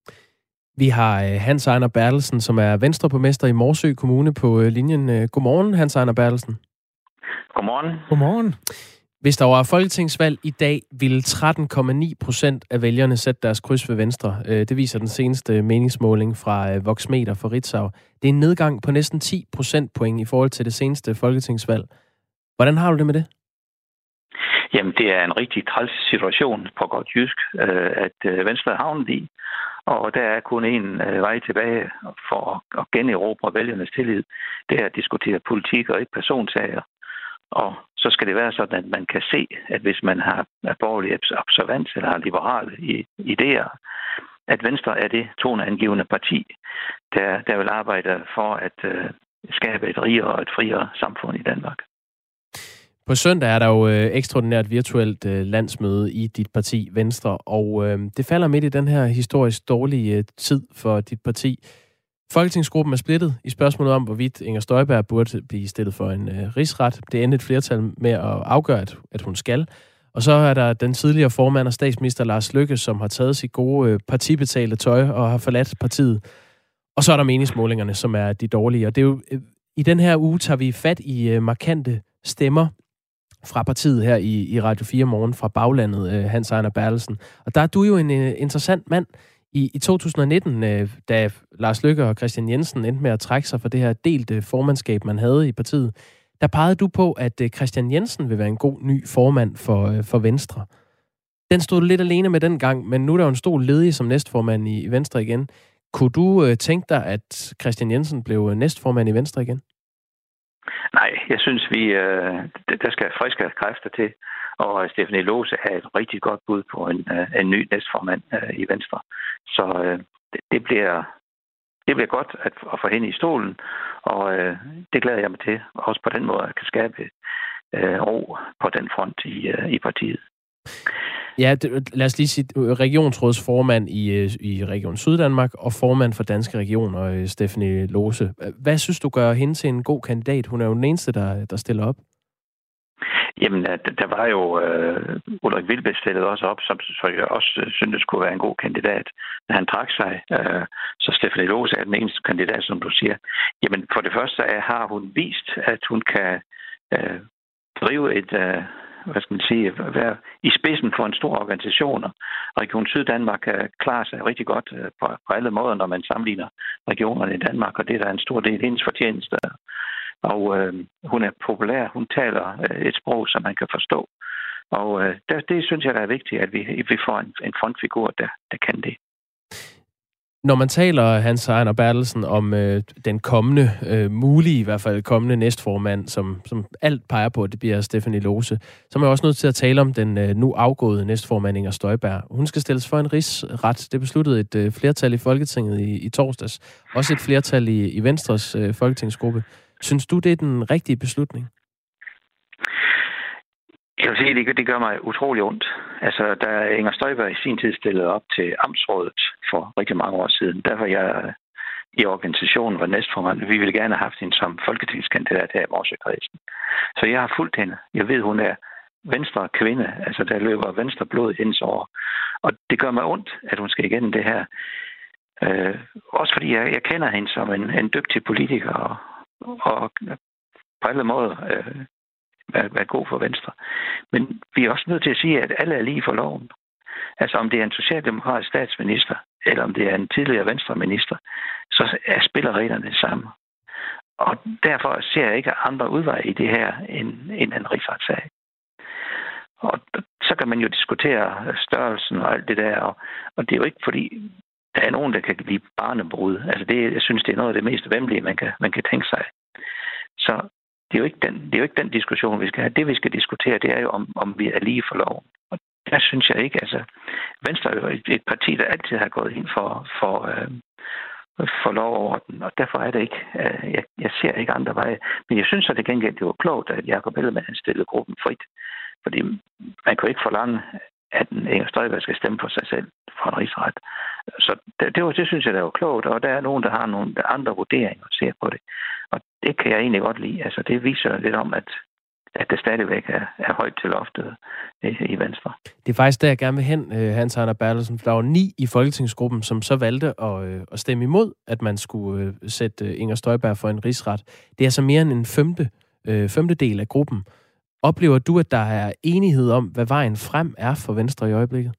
Vi har Hans Ejner Bertelsen, som er Venstreborgmester i Morsø Kommune på linjen. Godmorgen, Hans Ejner Bertelsen. Godmorgen. Godmorgen. Hvis der var folketingsvalg i dag, ville 13,9% af vælgerne sætte deres kryds ved Venstre. Det viser den seneste meningsmåling fra Voxmeter for Ritzau. Det er en nedgang på næsten 10 procentpoint i forhold til det seneste folketingsvalg. Hvordan har du det med det? Jamen, det er en rigtig træls situation på godt jysk, at Venstre er havnet i. Og der er kun én vej tilbage for at generobre vælgernes tillid. Det er at diskutere politik og ikke personsager. Og så skal det være sådan, at man kan se, at hvis man har borgerlig observans eller har liberale idéer, at Venstre er det toneangivende parti, der vil arbejde for at skabe et rigere og et friere samfund i Danmark. På søndag er der jo ekstraordinært virtuelt landsmøde i dit parti, Venstre, og det falder midt i den her historisk dårlige tid for dit parti. Folketingsgruppen er splittet i spørgsmålet om, hvorvidt Inger Støjberg burde blive stillet for en rigsret. Det endte et flertal med at afgøre, at hun skal. Og så er der den tidligere formand og statsminister Lars Løkke, som har taget sit gode partibetalte tøj og har forladt partiet. Og så er der meningsmålingerne, som er de dårlige. Og det er jo, i den her uge tager vi fat i markante stemmer fra partiet her i Radio 4 Morgen fra baglandet, Hans Ejner Bertelsen. Og der er du jo en interessant mand. I 2019, da Lars Løkke og Christian Jensen endte med at trække sig fra det her delte formandskab, man havde i partiet, der pegede du på, at Christian Jensen vil være en god ny formand for Venstre. Den stod du lidt alene med dengang, men nu er der jo en stor ledig som næstformand i Venstre igen. Kunne du tænke dig, at Christian Jensen blev næstformand i Venstre igen? Nej, jeg synes, der skal friske kræfter til. Og Stephanie Lose er et rigtig godt bud på en ny næstformand i Venstre. Så det bliver godt at få hende i stolen, og det glæder jeg mig til. Også på den måde, at jeg kan skabe ro på den front i partiet. Ja, lad os lige sige, regionsrådsformand i Region Syddanmark og formand for Danske Regioner, Stephanie Lose. Hvad synes du gør hende til en god kandidat? Hun er jo den eneste, der stiller op. Jamen, der var jo Ulrik Wilbek stillet også op, som jeg også syntes kunne være en god kandidat. Når han trak sig, så Stephanie Lose er den eneste kandidat, som du siger. Jamen, for det første har hun vist, at hun kan drive et, være i spidsen for en stor organisation. Region Syddanmark klarer sig rigtig godt på alle måder, når man sammenligner regionerne i Danmark, og det er der en stor del af hendes fortjeneste. Og hun er populær, hun taler et sprog, som man kan forstå. Og det synes jeg, der er vigtigt, at vi får en frontfigur, der kan det. Når man taler, Hans Ejner Bertelsen, om den kommende, mulige i hvert fald kommende næstformand, som alt peger på, at det bliver Stephanie Lose, så er man også nødt til at tale om den nu afgåede næstformand Inger Støjberg. Hun skal stilles for en rigsret. Det besluttede et flertal i Folketinget i torsdags. Også et flertal i Venstres folketingsgruppe. Synes du, det er den rigtige beslutning? Jeg vil sige, det gør mig utrolig ondt. Altså, da Inger Støjberg i sin tid stillede op til Amtsrådet for rigtig mange år siden, der var jeg i organisationen var næstformand. Vi ville gerne have haft hende som folketingskandidat her i Morsøkredsen. Så jeg har fulgt hende. Jeg ved, hun er venstre kvinde. Altså, der løber venstre blod i hendes år. Og det gør mig ondt, at hun skal igennem det her. Også fordi jeg kender hende som en dygtig politiker og på alle måder være god for Venstre. Men vi er også nødt til at sige, at alle er lige for loven. Altså om det er en socialdemokratisk statsminister, eller om det er en tidligere venstreminister, så er spillereglerne det samme. Og derfor ser jeg ikke andre udveje i det her end en rigsretssag. Og så kan man jo diskutere størrelsen og alt det der, og det er jo ikke fordi, der er nogen, der kan blive barnebrud. Altså jeg synes, det er noget af det mest væmmelige, man kan tænke sig. Så det er jo ikke den diskussion, vi skal have. Det, vi skal diskutere, det er jo, om vi er lige for loven. Og der synes jeg ikke, altså Venstre er jo et parti, der altid har gået ind for lov og orden, og derfor er det ikke, jeg ser ikke andre veje. Men jeg synes, at det gengæld det var klogt, at Jakob Ellemann stillede gruppen frit. Fordi man kan jo ikke forlange, at Inger Støjberg skal stemme for sig selv for en rigsret. Så det synes jeg, der er klogt, og der er nogen, der har nogle andre vurderinger og ser på det. Og det kan jeg egentlig godt lide. Altså, det viser lidt om, at det stadigvæk er højt til loftet i Venstre. Det er faktisk der, jeg gerne vil hen, Hans Ejner Bertelsen. Der var 9 i folketingsgruppen, som så valgte at stemme imod, at man skulle sætte Inger Støjberg for en rigsret. Det er altså mere end en femtedel af gruppen. Oplever du, at der er enighed om, hvad vejen frem er for Venstre i øjeblikket?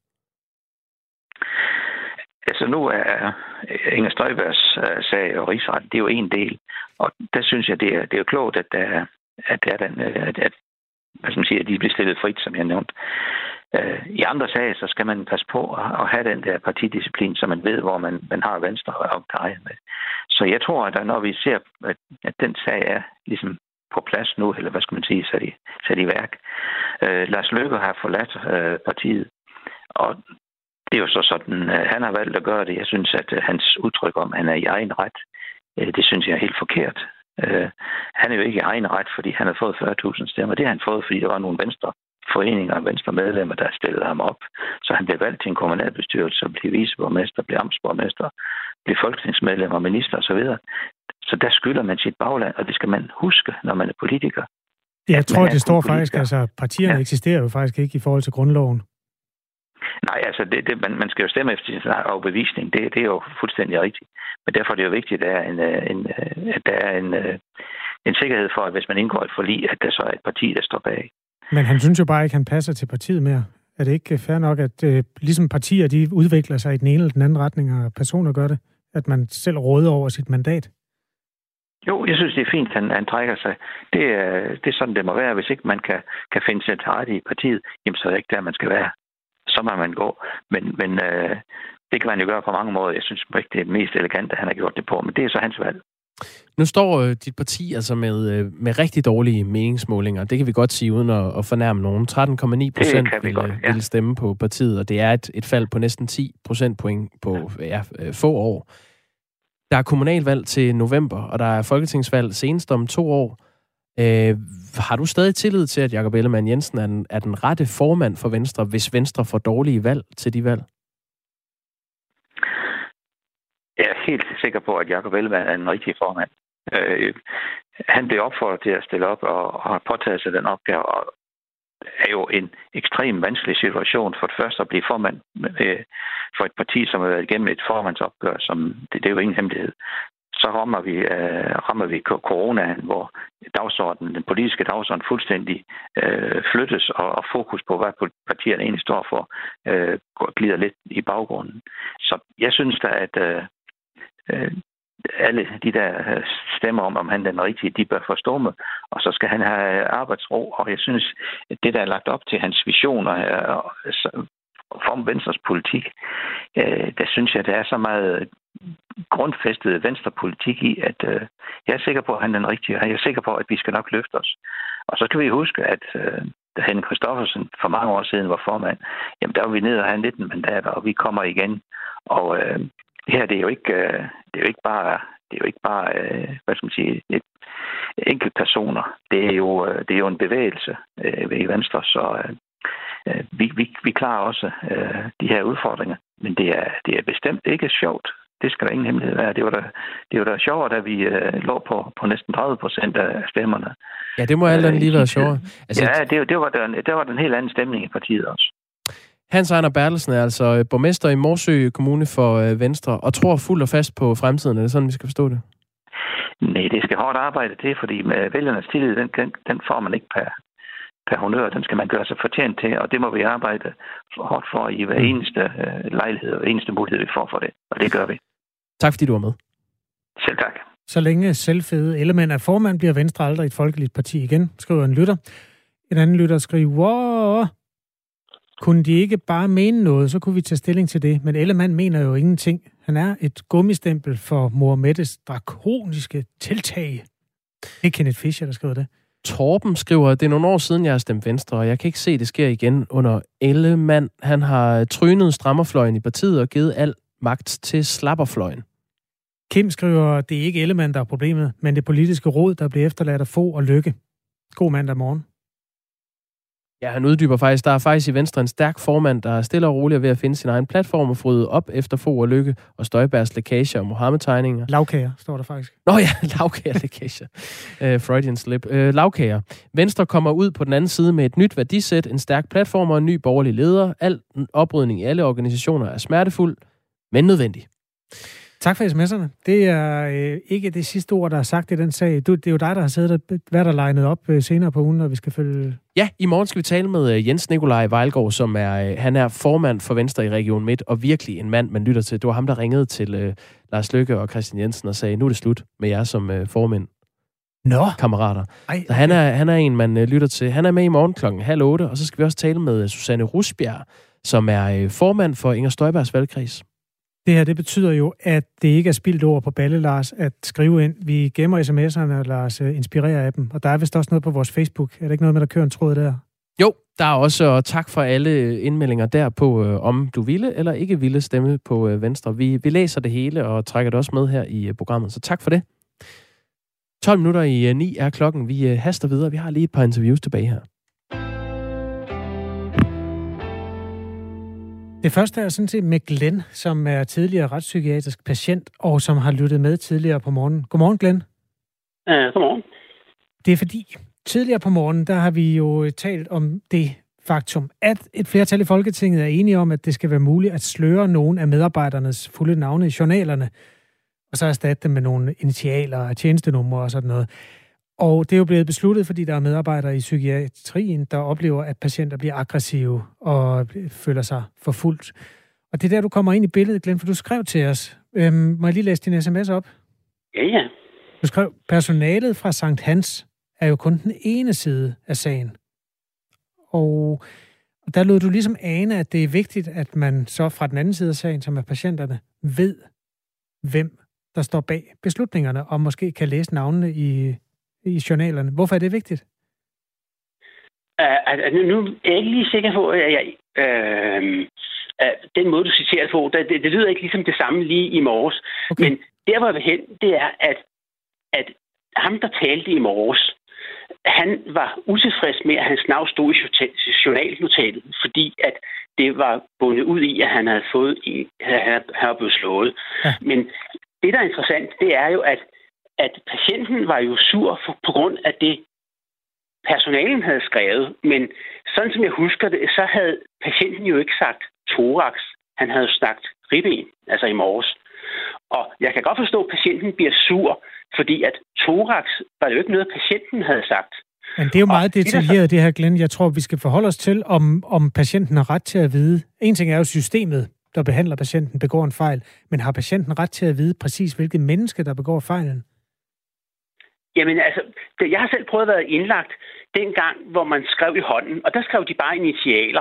Altså nu er Inger Støjbergs sag og rigsret, det er jo en del. Og der synes jeg, det er jo klogt, at de bliver stillet frit, som jeg nævnte. I andre sager, så skal man passe på at have den der partidisciplin, så man ved, hvor man har Venstre og dreje med. Så jeg tror, at når vi ser, at den sag er ligesom på plads nu, eller hvad skal man sige, sat i værk. Lars Løkke har forladt partiet, og det er jo så sådan, han har valgt at gøre det. Jeg synes, at hans udtryk om, at han er i egen ret, det synes jeg er helt forkert. Han er jo ikke i egen ret, fordi han har fået 40.000 stemmer. Det har han fået, fordi der var nogle venstreforeninger og venstremedlemmer, der stillede ham op. Så han blev valgt til en kommunalbestyrelse og blev viceborgmester, blev amtsborgmester, blev folketingsmedlem og minister osv. Så der skylder man sit bagland, og det skal man huske, når man er politiker. Jeg tror, det står faktisk, altså partierne eksisterer jo faktisk ikke i forhold til grundloven. Nej, altså man skal jo stemme efter sin overbevisning. Det er jo fuldstændig rigtigt. Men derfor er det jo vigtigt, at der er en sikkerhed for, at hvis man indgår et forlig, at der så er et parti, der står bag. Men han synes jo bare ikke, han passer til partiet mere. Er det ikke fair nok, at ligesom partier, de udvikler sig i den ene eller den anden retning, og personer gør det, at man selv råder over sit mandat? Jo, jeg synes, det er fint, at han trækker sig. Det er sådan, det må være. Hvis ikke man kan finde sig til rette i partiet, jamen så er det ikke der, man skal være. Så må man gå. Men det kan man jo gøre på mange måder. Jeg synes ikke, det er det mest elegante, at han har gjort det på, men det er så hans valg. Nu står dit parti altså med rigtig dårlige meningsmålinger. Det kan vi godt sige, uden at fornærme nogen. 13,9% vil stemme på partiet, og det er et fald på næsten 10 procentpoint på få år. Der er kommunalvalg til november, og der er folketingsvalg senest om 2 år. Har du stadig tillid til, at Jakob Ellemann Jensen er den rette formand for Venstre, hvis Venstre får dårlige valg til de valg? Jeg er helt sikker på, at Jakob Ellemann er en rigtig formand. Han blev opfordret til at stille op og har påtaget sig den opgave, og er jo en ekstremt vanskelig situation for det første at blive formand for et parti, som har været igennem et formandsopgør, som det er jo ingen hemmelighed. Så rammer vi coronaen, hvor den politiske dagsorden fuldstændig flyttes, og fokus på, hvad partierne egentlig står for, glider lidt i baggrunden. Så jeg synes da, at alle de der stemmer om han er den rigtige, de bør forstå mig, og så skal han have arbejdsro, og jeg synes, at det, der er lagt op til hans visioner om Venstres politik, der synes jeg, der er så meget grundfæstede venstrepolitik i, at jeg er sikker på, at han er den rigtige. Jeg er sikker på, at vi skal nok løfte os. Og så skal vi huske, at da Henning Christoffersen for mange år siden var formand, jamen der var vi nede og have 19 mandater, og vi kommer igen. Og det her, det er jo ikke bare hvad skal man sige, et enkelt personer. Det er jo en bevægelse i Venstre, så vi klarer også de her udfordringer. Men det er bestemt ikke sjovt. Det skal der ingen hemmelighed være. Det var da sjovere, da vi lå på næsten 30% af stemmerne. Ja, det må alt andet lige være sjovere. Altså, ja, det var den helt anden stemning i partiet også. Hans Ejner Bertelsen er altså borgmester i Morsø Kommune for Venstre, og tror fuldt og fast på fremtiden. Er det sådan, vi skal forstå det? Nej, det skal hårdt arbejde til, fordi med vælgernes tillid, den får man ikke per honør. Den skal man gøre sig fortjent til, og det må vi arbejde hårdt for i hver eneste lejlighed og hver eneste mulighed, vi får for det. Og det gør vi. Tak fordi du var med. Selv tak. Så længe selvfede Ellemann er formand, bliver Venstre aldrig et folkeligt parti igen, skriver en lytter. En anden lytter skriver, kunne de ikke bare mene noget, så kunne vi tage stilling til det. Men Ellemann mener jo ingenting. Han er et gummistempel for Mohammeds drakoniske tiltag. Det er Kenneth Fischer, der skriver det. Torben skriver, at det er nogle år siden, jeg har stemt Venstre, og jeg kan ikke se, at det sker igen under Ellemann. Han har trynet strammerfløjen i partiet og givet al magt til slapperfløjen. Kim skriver, at det er ikke Ellemann, der er problemet, men det politiske råd, der bliver efterladt af Fogh og Lykke. God mandag morgen. Ja, han uddyber faktisk, der er faktisk i Venstre en stærk formand, der er stille og rolig ved at finde sin egen platform og fryde op efter Fogh og Lykke og Støjbergs lækager og Mohammed-tegninger. Lavkager, står der faktisk. Nå ja, lavkager-lækager. Freudian slip. Lavkager. Venstre kommer ud på den anden side med et nyt værdisæt, en stærk platform og en ny borgerlig leder. Al oprydning i alle organisationer er smertefuld, men nødvendig. Tak for sms'erne. Det er ikke det sidste ord, der er sagt i den sag. Det er jo dig, der har siddet og været der legnet op senere på ugen, og vi skal følge... Ja, i morgen skal vi tale med Jens Nikolaj Vejlgaard, som han er formand for Venstre i Region Midt, og virkelig en mand, man lytter til. Det var ham, der ringede til Lars Løkke og Christian Jensen og sagde, nu er det slut med jer som formænd. Kammerater. Så han er en, man lytter til. Han er med i morgen 7:30, og så skal vi også tale med Susanne Rusbjerg, som er formand for Inger Støjbergs valgkreds. Det her, det betyder jo, at det ikke er spildt ord på Balle, Lars, at skrive ind. Vi gemmer sms'erne og lader os inspirere af dem. Og der er vist også noget på vores Facebook. Er det ikke noget med, der kører en tråd der? Jo, der er også, og tak for alle indmeldinger der på, om du ville eller ikke ville stemme på Venstre. Vi læser det hele og trækker det også med her i programmet, så tak for det. 12 minutter i 9 er klokken. Vi haster videre. Vi har lige et par interviews tilbage her. Det første er sådan set med Glenn, som er tidligere retspsykiatrisk patient, og som har lyttet med tidligere på morgenen. Godmorgen, Glenn. Godmorgen. Det er fordi, tidligere på morgenen, der har vi jo talt om det faktum, at et flertal i Folketinget er enige om, at det skal være muligt at sløre nogle af medarbejdernes fulde navne i journalerne, og så erstatte dem med nogle initialer og tjenestenumre og sådan noget. Og det er jo blevet besluttet, fordi der er medarbejdere i psykiatrien, der oplever, at patienter bliver aggressive og føler sig forfulgt. Og det er der, du kommer ind i billedet, Glenn, for du skrev til os. Må jeg lige læse din sms op? Ja. Du skrev, personalet fra Sankt Hans er jo kun den ene side af sagen. Og der lod du ligesom ane, at det er vigtigt, at man så fra den anden side af sagen, som er patienterne, ved, hvem der står bag beslutningerne, og måske kan læse navnene i journalerne. Hvorfor er det vigtigt? Nu er jeg ikke lige sikker på, at den måde, du citerer på, det lyder ikke ligesom det samme lige i morges. Okay. Men der, hvor jeg vil hen, det er, at ham, der talte i morges, han var utilfreds med, at hans navn stod i journalnotatet, fordi at det var bundet ud i, at han havde fået han havde blevet slået. Ja. Men det, der er interessant, det er jo, at patienten var jo sur på grund af det, personalen havde skrevet. Men sådan som jeg husker det, så havde patienten jo ikke sagt thorax. Han havde sagt ribben, altså i morges. Og jeg kan godt forstå, at patienten bliver sur, fordi at thorax var det jo ikke noget, patienten havde sagt. Men det er jo meget detaljeret, det her, Glenn. Jeg tror, vi skal forholde os til, om patienten har ret til at vide. En ting er jo systemet, der behandler patienten, begår en fejl. Men har patienten ret til at vide præcis, hvilket menneske, der begår fejlen? Jamen altså, jeg har selv prøvet at være indlagt dengang, hvor man skrev i hånden, og der skrev de bare initialer.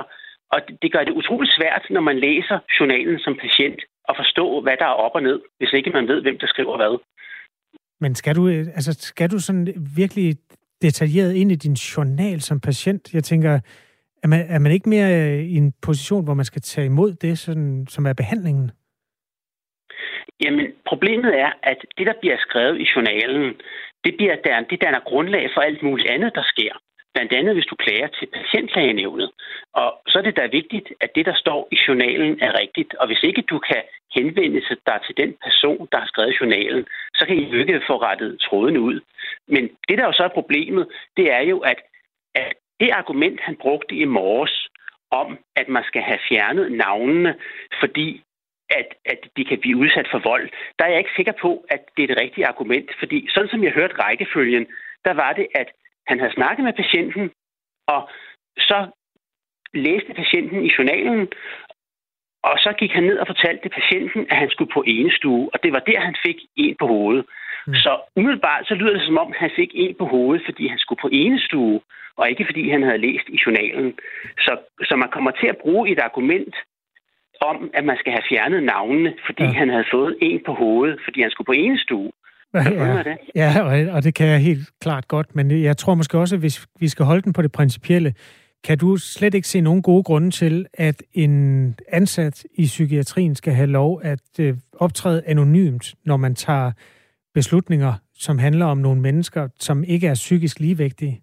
Og det gør det utroligt svært, når man læser journalen som patient, at forstå, hvad der er op og ned, hvis ikke man ved, hvem der skriver hvad. Men skal du sådan virkelig detaljeret ind i din journal som patient? Jeg tænker, er man ikke mere i en position, hvor man skal tage imod det, sådan, som er behandlingen? Jamen, problemet er, at det, der bliver skrevet i journalen, det danner grundlag for alt muligt andet, der sker. Blandt andet, hvis du klager til patientklagenævnet. Og så er det da vigtigt, at det, der står i journalen, er rigtigt. Og hvis ikke du kan henvende dig til den person, der har skrevet journalen, så kan I jo ikke få rettet tråden ud. Men det, der jo så er problemet, det er jo, at det argument, han brugte i morges, om, at man skal have fjernet navnene, fordi at de kan blive udsat for vold, der er jeg ikke sikker på, at det er det rigtige argument. Fordi sådan som jeg hørte rækkefølgen, der var det, at han havde snakket med patienten, og så læste patienten i journalen, og så gik han ned og fortalte patienten, at han skulle på enestue, og det var der, han fik en på hovedet. Så umiddelbart så lyder det som om, han fik en på hovedet, fordi han skulle på enestue, og ikke fordi han havde læst i journalen. Så man kommer til at bruge et argument om, at man skal have fjernet navnene, fordi han havde fået en på hovedet, fordi han skulle på enestue. Ja, og det kan jeg helt klart godt, men jeg tror måske også, at hvis vi skal holde den på det principielle, kan du slet ikke se nogen gode grunde til, at en ansat i psykiatrien skal have lov at optræde anonymt, når man tager beslutninger, som handler om nogle mennesker, som ikke er psykisk ligevægtige?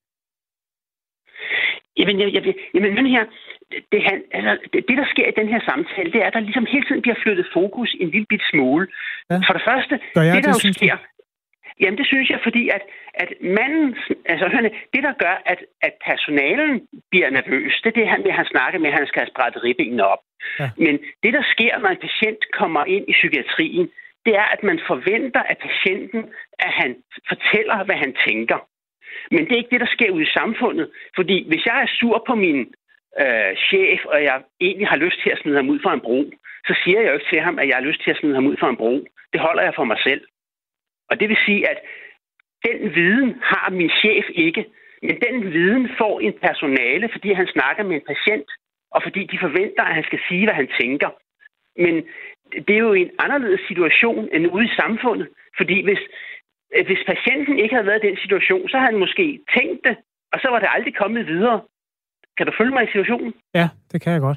Jamen her, det, der sker i den her samtale, det er, at der ligesom hele tiden bliver flyttet fokus en lille bit smule. Ja. For det første, det der jo sker... Jamen, det synes jeg, fordi at manden... Altså, det, der gør, at personalen bliver nervøs, det er det, han snakker med, at han skal have spredt ribbenene op. Ja. Men det, der sker, når en patient kommer ind i psykiatrien, det er, at man forventer af patienten, at han fortæller, hvad han tænker. Men det er ikke det, der sker ude i samfundet. Fordi hvis jeg er sur på min chef, og jeg egentlig har lyst til at smide ham ud for en bro, så siger jeg jo ikke til ham, at jeg har lyst til at smide ham ud for en bro. Det holder jeg for mig selv. Og det vil sige, at den viden har min chef ikke, men den viden får en personale, fordi han snakker med en patient, og fordi de forventer, at han skal sige, hvad han tænker. Men det er jo en anderledes situation end ude i samfundet, fordi hvis patienten ikke havde været i den situation, så havde han måske tænkt det, og så var det aldrig kommet videre. Kan du følge mig i situationen? Ja, det kan jeg godt.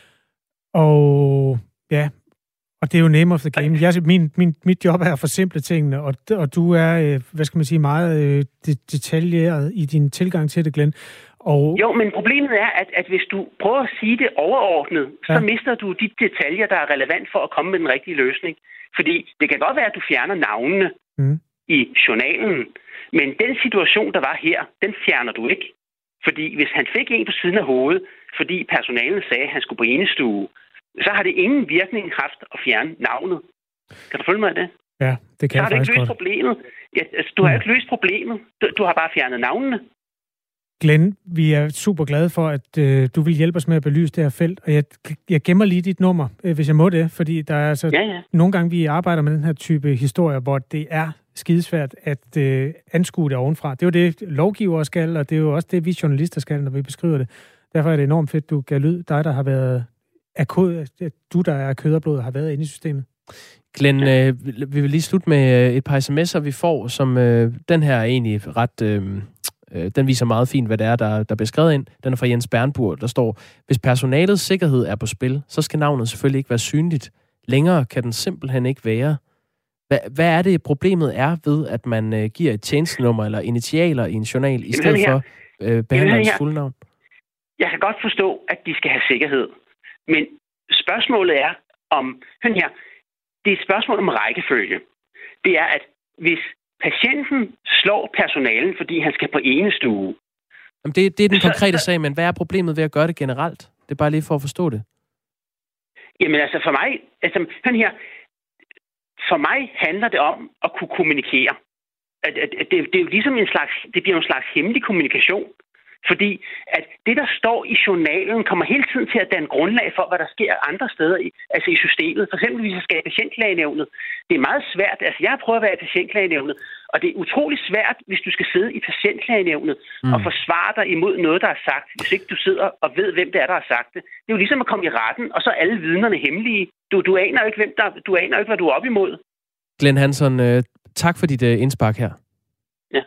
Og det er jo name of the game. Mit job er at forsimple tingene, og du er, meget detaljeret i din tilgang til det, Glenn. Jo, men problemet er, at hvis du prøver at sige det overordnet, så mister du de detaljer, der er relevant for at komme med den rigtige løsning. Fordi det kan godt være, at du fjerner navnene i journalen, men den situation, der var her, den fjerner du ikke. Fordi hvis han fik en på siden af hovedet, fordi personalet sagde, at han skulle på enestue, så har det ingen virkning haft at fjerne navnet. Kan du følge mig af det? Ja, det kan jeg faktisk godt. Problemet. Ja, altså, du har ikke løst problemet. Du har bare fjernet navnene. Glenn, vi er super glade for, at du vil hjælpe os med at belyse det her felt, og jeg gemmer lige dit nummer, hvis jeg må det, fordi der er altså nogle gange, vi arbejder med den her type historier, hvor det er skidesvært at anskue det ovenfra. Det er jo det, lovgivere skal, og det er jo også det, vi journalister skal, når vi beskriver det. Derfor er det enormt fedt, du gav lyd. Dig, der har været du, der er kød og blod, har været inde i systemet. Glenn, vi vil lige slutte med et par sms'er, vi får, som den her er egentlig ret... Den viser meget fint, hvad det er, der er beskrevet ind. Den er fra Jens Bernburg, der står, hvis personalets sikkerhed er på spil, så skal navnet selvfølgelig ikke være synligt. Længere kan den simpelthen ikke være. Hvad er det, problemet er ved, at man giver et tjenestenummer eller initialer i en journal, i stedet for behandlerens fulde navn? Jeg kan godt forstå, at de skal have sikkerhed. Men spørgsmålet er det er et spørgsmål om rækkefølge. Det er, at hvis patienten slår personalen, fordi han skal på enestue. Jamen det er den konkrete sag, men hvad er problemet ved at gøre det generelt? Det er bare lige for at forstå det. Jamen altså for mig, for mig handler det om at kunne kommunikere. Det er jo ligesom det bliver en slags hemmelig kommunikation. Fordi at det, der står i journalen, kommer hele tiden til at danne grundlag for, hvad der sker andre steder i systemet. For eksempel, hvis jeg skal i patientklagenævnet. Det er meget svært. Altså, jeg har prøvet at være i patientklagenævnet, Og det er utrolig svært, hvis du skal sidde i patientklagenævnet og forsvare dig imod noget, der er sagt, hvis ikke du sidder og ved, hvem det er, der har sagt det. Det er jo ligesom at komme i retten, og så er alle vidnerne hemmelige. Du aner ikke, du aner ikke, hvad du er op imod. Glenn Hansson, tak for dit indspark her. Ja.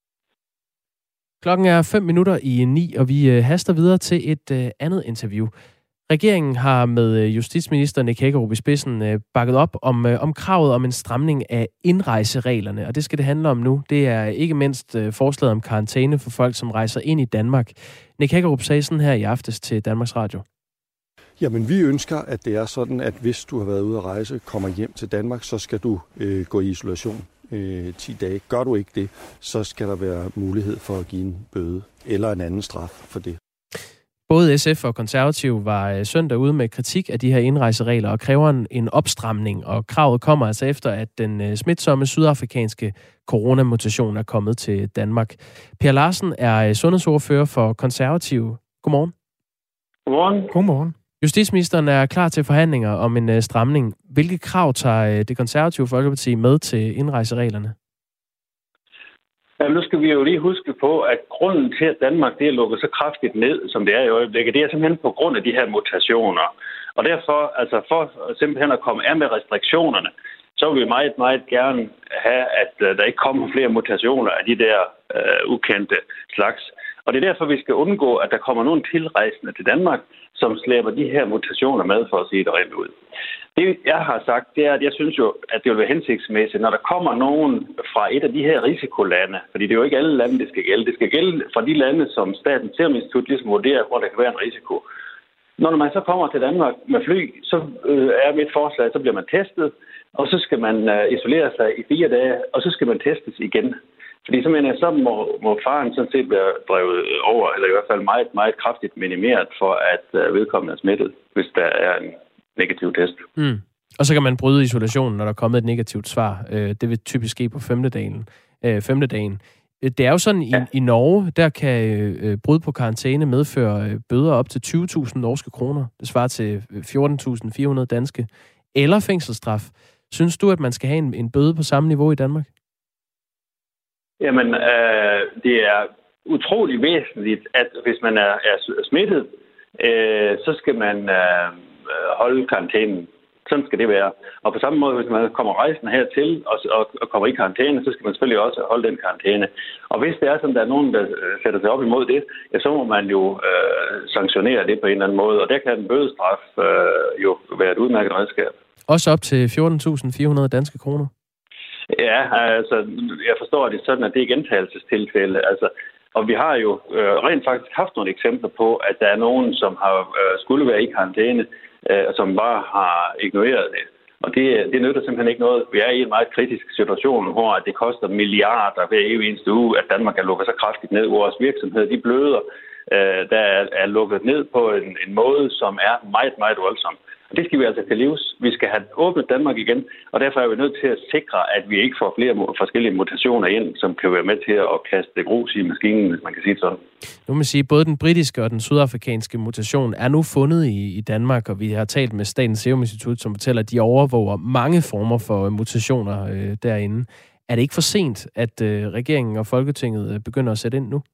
Klokken er 8:05, og vi haster videre til et andet interview. Regeringen har med justitsminister Nick Hækkerup i spidsen bakket op om kravet om en stramning af indrejsereglerne, og det skal det handle om nu. Det er ikke mindst forslaget om karantæne for folk, som rejser ind i Danmark. Nick Hækkerup sagde sådan her i aftes til Danmarks Radio. Jamen, vi ønsker, at det er sådan, at hvis du har været ude at rejse, kommer hjem til Danmark, så skal du gå i isolation 10 dage. Gør du ikke det, så skal der være mulighed for at give en bøde eller en anden straf for det. Både SF og Konservative var søndag ude med kritik af de her indrejseregler og kræver en opstramning, og kravet kommer altså efter, at den smitsomme sydafrikanske coronamutation er kommet til Danmark. Per Larsen er sundhedsordfører for Konservative. Godmorgen. Godmorgen. Godmorgen. Justitsministeren er klar til forhandlinger om en stramning. Hvilke krav tager det Konservative Folkeparti med til indrejsereglerne? Jamen, nu skal vi jo lige huske på, at grunden til, at Danmark det er lukket så kraftigt ned, som det er i øjeblikket, det er simpelthen på grund af de her mutationer. Og derfor, altså for simpelthen at komme af med restriktionerne, så vil vi meget, meget gerne have, at der ikke kommer flere mutationer af de der ukendte slags. Og det er derfor, vi skal undgå, at der kommer nogen tilrejsende til Danmark, som slæber de her mutationer med, for at sige det rent ud. Det, jeg har sagt, det er, at jeg synes jo, at det vil være hensigtsmæssigt, når der kommer nogen fra et af de her risikolande, fordi det er jo ikke alle lande, det skal gælde. Det skal gælde fra de lande, som Statens Serum Institut ligesom vurderer, hvor der kan være en risiko. Når man så kommer til Danmark med fly, så er mit forslag, så bliver man testet, og så skal man isolere sig i 4 dage, og så skal man testes igen. Fordi så må faren sådan set blive drevet over, eller i hvert fald meget, meget kraftigt minimeret, for at vedkommende er smittet, hvis der er en negativ test. Og så kan man bryde isolationen, når der er kommet et negativt svar. Det vil typisk ske på 5. dagen. Det er jo sådan, i Norge, der kan brud på karantæne medføre bøder op til 20.000 norske kroner. Det svarer til 14.400 danske. Eller fængselsstraf. Synes du, at man skal have en bøde på samme niveau i Danmark? Jamen, det er utrolig væsentligt, at hvis man er smittet, så skal man holde karantænen. Sådan skal det være. Og på samme måde, hvis man kommer rejsende hertil og kommer i karantæne, så skal man selvfølgelig også holde den karantæne. Og hvis det er sådan, der er nogen, der sætter sig op imod det, ja, så må man jo sanktionere det på en eller anden måde. Og der kan en bødestraf jo være et udmærket redskab. Også op til 14.400 danske kroner? Ja, altså, jeg forstår det sådan, at det er gentagelsestilfælde. Altså, og vi har jo rent faktisk haft nogle eksempler på, at der er nogen, som har skulle være i karantæne, som bare har ignoreret det. Og det nytter simpelthen ikke noget. Vi er i en meget kritisk situation, hvor det koster milliarder hver eneste uge, at Danmark er lukket så kraftigt ned. Vores virksomheder, de bløder, der er lukket ned på en måde, som er meget, meget voldsom. Og det skal vi altså til livs. Vi skal have åbnet Danmark igen, og derfor er vi nødt til at sikre, at vi ikke får flere forskellige mutationer ind, som kan være med til at kaste grus i maskinen, hvis man kan sige det sådan. Nu må man sige, både den britiske og den sydafrikanske mutation er nu fundet i Danmark, og vi har talt med Statens Serum Institut, som fortæller, at de overvåger mange former for mutationer derinde. Er det ikke for sent, at regeringen og Folketinget begynder at sætte ind nu?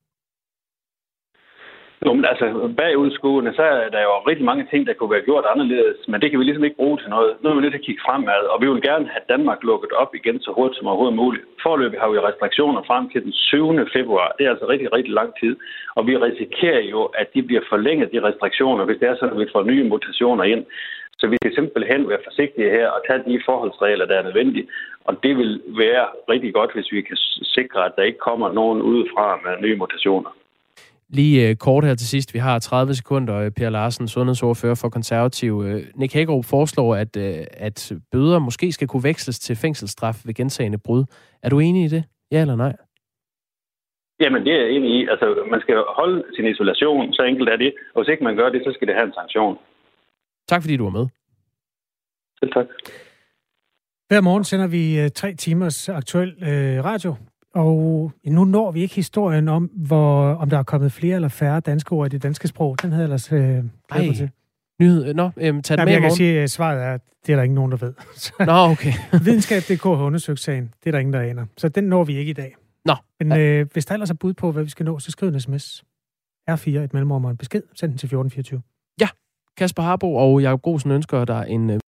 Jo, men altså bagudskuende, så er der jo rigtig mange ting, der kunne være gjort anderledes, men det kan vi ligesom ikke bruge til noget. Nu er vi nødt til at kigge fremad, og vi vil gerne have Danmark lukket op igen så hurtigt som overhovedet muligt. Foreløbig har vi restriktioner frem til den 7. februar. Det er altså rigtig, rigtig lang tid, og vi risikerer jo, at de bliver forlænget, de restriktioner, hvis det er sådan, at vi får nye mutationer ind. Så vi skal simpelthen være forsigtige her og tage de forholdsregler, der er nødvendige. Og det vil være rigtig godt, hvis vi kan sikre, at der ikke kommer nogen udefra med nye mutationer. Lige kort her til sidst. Vi har 30 sekunder. Per Larsen, sundhedsordfører for Konservative. Nick Hækkerup foreslår, at bøder måske skal kunne veksles til fængselsstraf ved gentagne brud. Er du enig i det? Ja eller nej? Jamen, det er jeg enig i. Altså, man skal holde sin isolation. Så enkelt er det. Og hvis ikke man gør det, så skal det have en sanktion. Tak fordi du var med. Selv tak. Hver morgen sender vi 3 timers aktuel radio. Og nu når vi ikke historien om, om der er kommet flere eller færre danske ord i det danske sprog. Den havde jeg ellers glædet mig til. nyhed? Nå, tag den med i jeg morgen. kan sige, at svaret er, det er der ikke nogen, der ved. Nå, okay. Videnskab.dk har undersøgt sagen. Det er der ingen, der aner. Så den når vi ikke i dag. Nå. Men hvis der ellers er bud på, hvad vi skal nå, så skriv en sms. R4, et mellemrum og en besked. Send den til 1424. Ja, Kasper Harbo og Jacob Grosen ønsker dig en